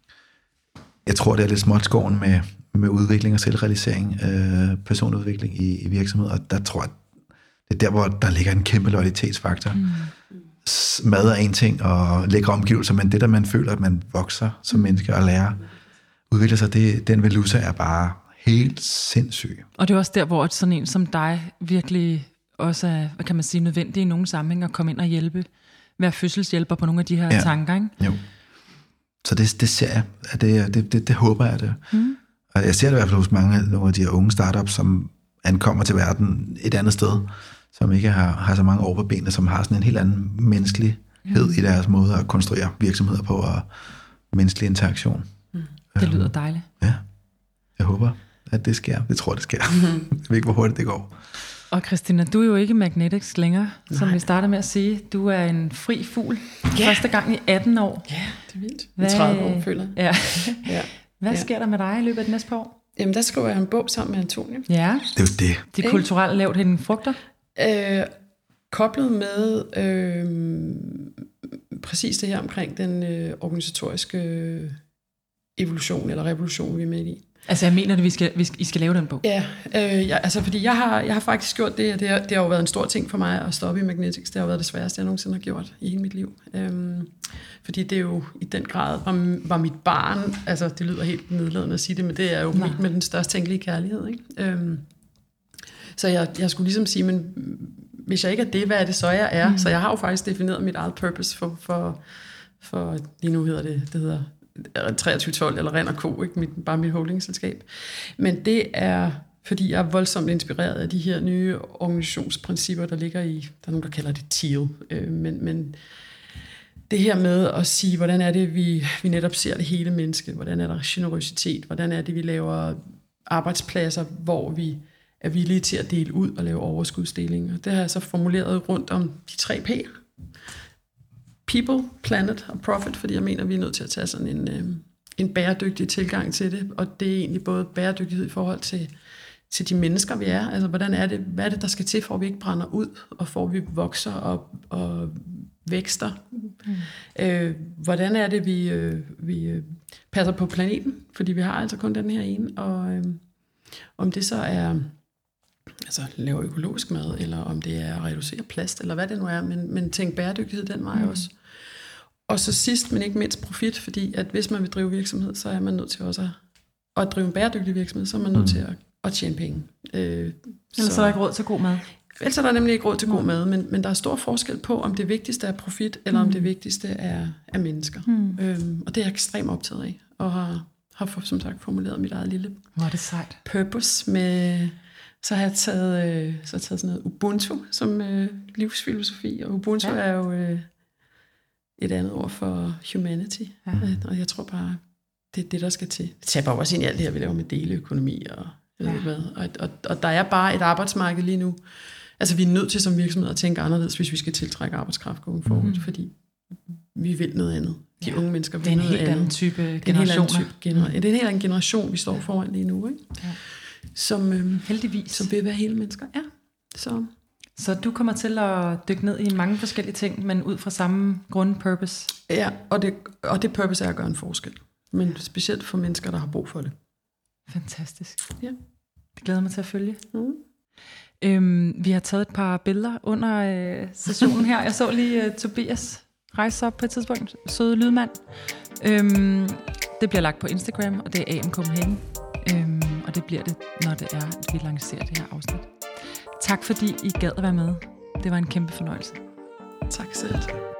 jeg tror, det er lidt småt skoven med, med udvikling og selvrealisering, øh, personudvikling i, i virksomheder, og der tror jeg, det er der, hvor der ligger en kæmpe loyalitetsfaktor. Mm. Mad er en ting, og lækre omgivelser, men det der, man føler, at man vokser som menneske og lærer, udvikler sig, det, den velusa er bare helt sindssyg. Og det er også der, hvor sådan en som dig virkelig også er, hvad kan man sige, nødvendig i nogle sammenhæng at komme ind og hjælpe, være fødselshjælper på nogle af de her ja. tanker, ikke? Jo. Så det, det ser jeg, at det, det, det, det håber jeg, det. Mm. Og jeg ser det i hvert fald hos mange nogle af de her unge startups, som ankommer til verden et andet sted, som ikke har, har så mange år på benene, som har sådan en helt anden menneskelighed mm. i deres måde at konstruere virksomheder på, og menneskelig interaktion. Mm. Det lyder dejligt. Ja, jeg håber, at det sker. Det tror det sker. Mm. Jeg ved ikke, hvor hurtigt det går. Og Christina, du er jo ikke Magnetics længere, Nej. som vi starter med at sige. Du er en fri fugl. Ja. Første gang i atten år. Ja, det er vildt. Hvad, tredive år, føler jeg. Ja. ja. Hvad sker der med dig i løbet af det næste par år? Jamen, der skriver jeg en bog sammen med Antonie. Ja. Det er jo det. De kulturelle lavt hende frugter. Øh, koblet med øh, præcis det her omkring den øh, organisatoriske evolution eller revolution, vi er med i. Altså jeg mener, at vi skal, vi skal, I skal lave den bog. Ja, øh, ja altså fordi jeg har, jeg har faktisk gjort det, det har, det har jo været en stor ting for mig at stoppe i Magnetics. Det har jo været det sværeste, jeg nogensinde har gjort i hele mit liv. Øhm, fordi det er jo i den grad var, var mit barn, altså det lyder helt nedladende at sige det, men det er jo mit med den største tænkelige kærlighed, ikke? Øhm, så jeg, jeg skulle ligesom sige, men hvis jeg ikke er det, hvad er det så, jeg er? Mm. Så jeg har jo faktisk defineret mit eget purpose for, for, for lige nu hedder det, det hedder treogtyve tolv eller Ren og Co, ikke? Mit, bare mit holdingselskab. Men det er, fordi jeg er voldsomt inspireret af de her nye organisationsprincipper, der ligger i, der er nogen, der kalder det teal, øh, men, men det her med at sige, hvordan er det, vi, vi netop ser det hele menneske, hvordan er der generøsitet, hvordan er det, vi laver arbejdspladser, hvor vi er villige til at dele ud og lave overskudsdelinger. Det har jeg så formuleret rundt om de tre P'er. People, planet og profit, fordi jeg mener, vi er nødt til at tage sådan en, øh, en bæredygtig tilgang til det, og det er egentlig både bæredygtighed i forhold til, til de mennesker, vi er. Altså, hvordan er det, hvad er det, der skal til, for at vi ikke brænder ud, og for at vi vokser og, og vækster? Mm. Øh, hvordan er det, vi, øh, vi øh, passer på planeten? Fordi vi har altså kun den her ene, og øh, om det så er altså lave økologisk mad, eller om det er at reducere plast, eller hvad det nu er, men, men tænk bæredygtighed den vej mm. også. Og så sidst, men ikke mindst profit, fordi at hvis man vil drive virksomhed, så er man nødt til også at, at drive en bæredygtig virksomhed, så er man nødt mm. til at, at tjene penge. Øh, ellers så, så er der ikke råd til god mad. Ellers er der nemlig ikke råd til mm. god mad, men, men der er stor forskel på, om det vigtigste er profit, eller mm. om det vigtigste er, er mennesker. Mm. Øhm, og det er jeg ekstremt optaget af, og har, har som sagt formuleret mit eget lille Hvor er det sejt. purpose med... Så har jeg taget, øh, så taget sådan noget Ubuntu som øh, livsfilosofi, og Ubuntu ja. er jo øh, et andet ord for humanity, ja. Og jeg tror bare, det er det, der skal til. Det tager også ind i alt det her, vi laver med deleøkonomi, og, ja. hvad. Og, og, og der er bare et arbejdsmarked lige nu. Altså vi er nødt til som virksomhed at tænke anderledes, hvis vi skal tiltrække arbejdskraft going forward, mm. fordi vi vil noget andet. De ja. unge mennesker vil noget andet. Det er en helt anden type generationer. Det er en helt anden mm. generation, vi står foran lige nu, ikke? Ja. Som, øhm, heldigvis. Som vil være hele mennesker. Ja. Så. så du kommer til at dykke ned i mange forskellige ting, men ud fra samme grund purpose. Ja, og det, og det purpose er at gøre en forskel. Men specielt for mennesker, der har brug for det. Fantastisk. Ja. Det glæder mig til at følge. Mm. Øhm, vi har taget et par billeder under øh, sessionen her. Jeg så lige uh, Tobias rejse op på et tidspunkt. Søde lydmand. Øhm, det bliver lagt på Instagram, og det er A M Copenhagen. Øhm, og det bliver det, når det er, at vi lancerer det her afsnit. Tak fordi I gad at være med. Det var en kæmpe fornøjelse. Tak selv.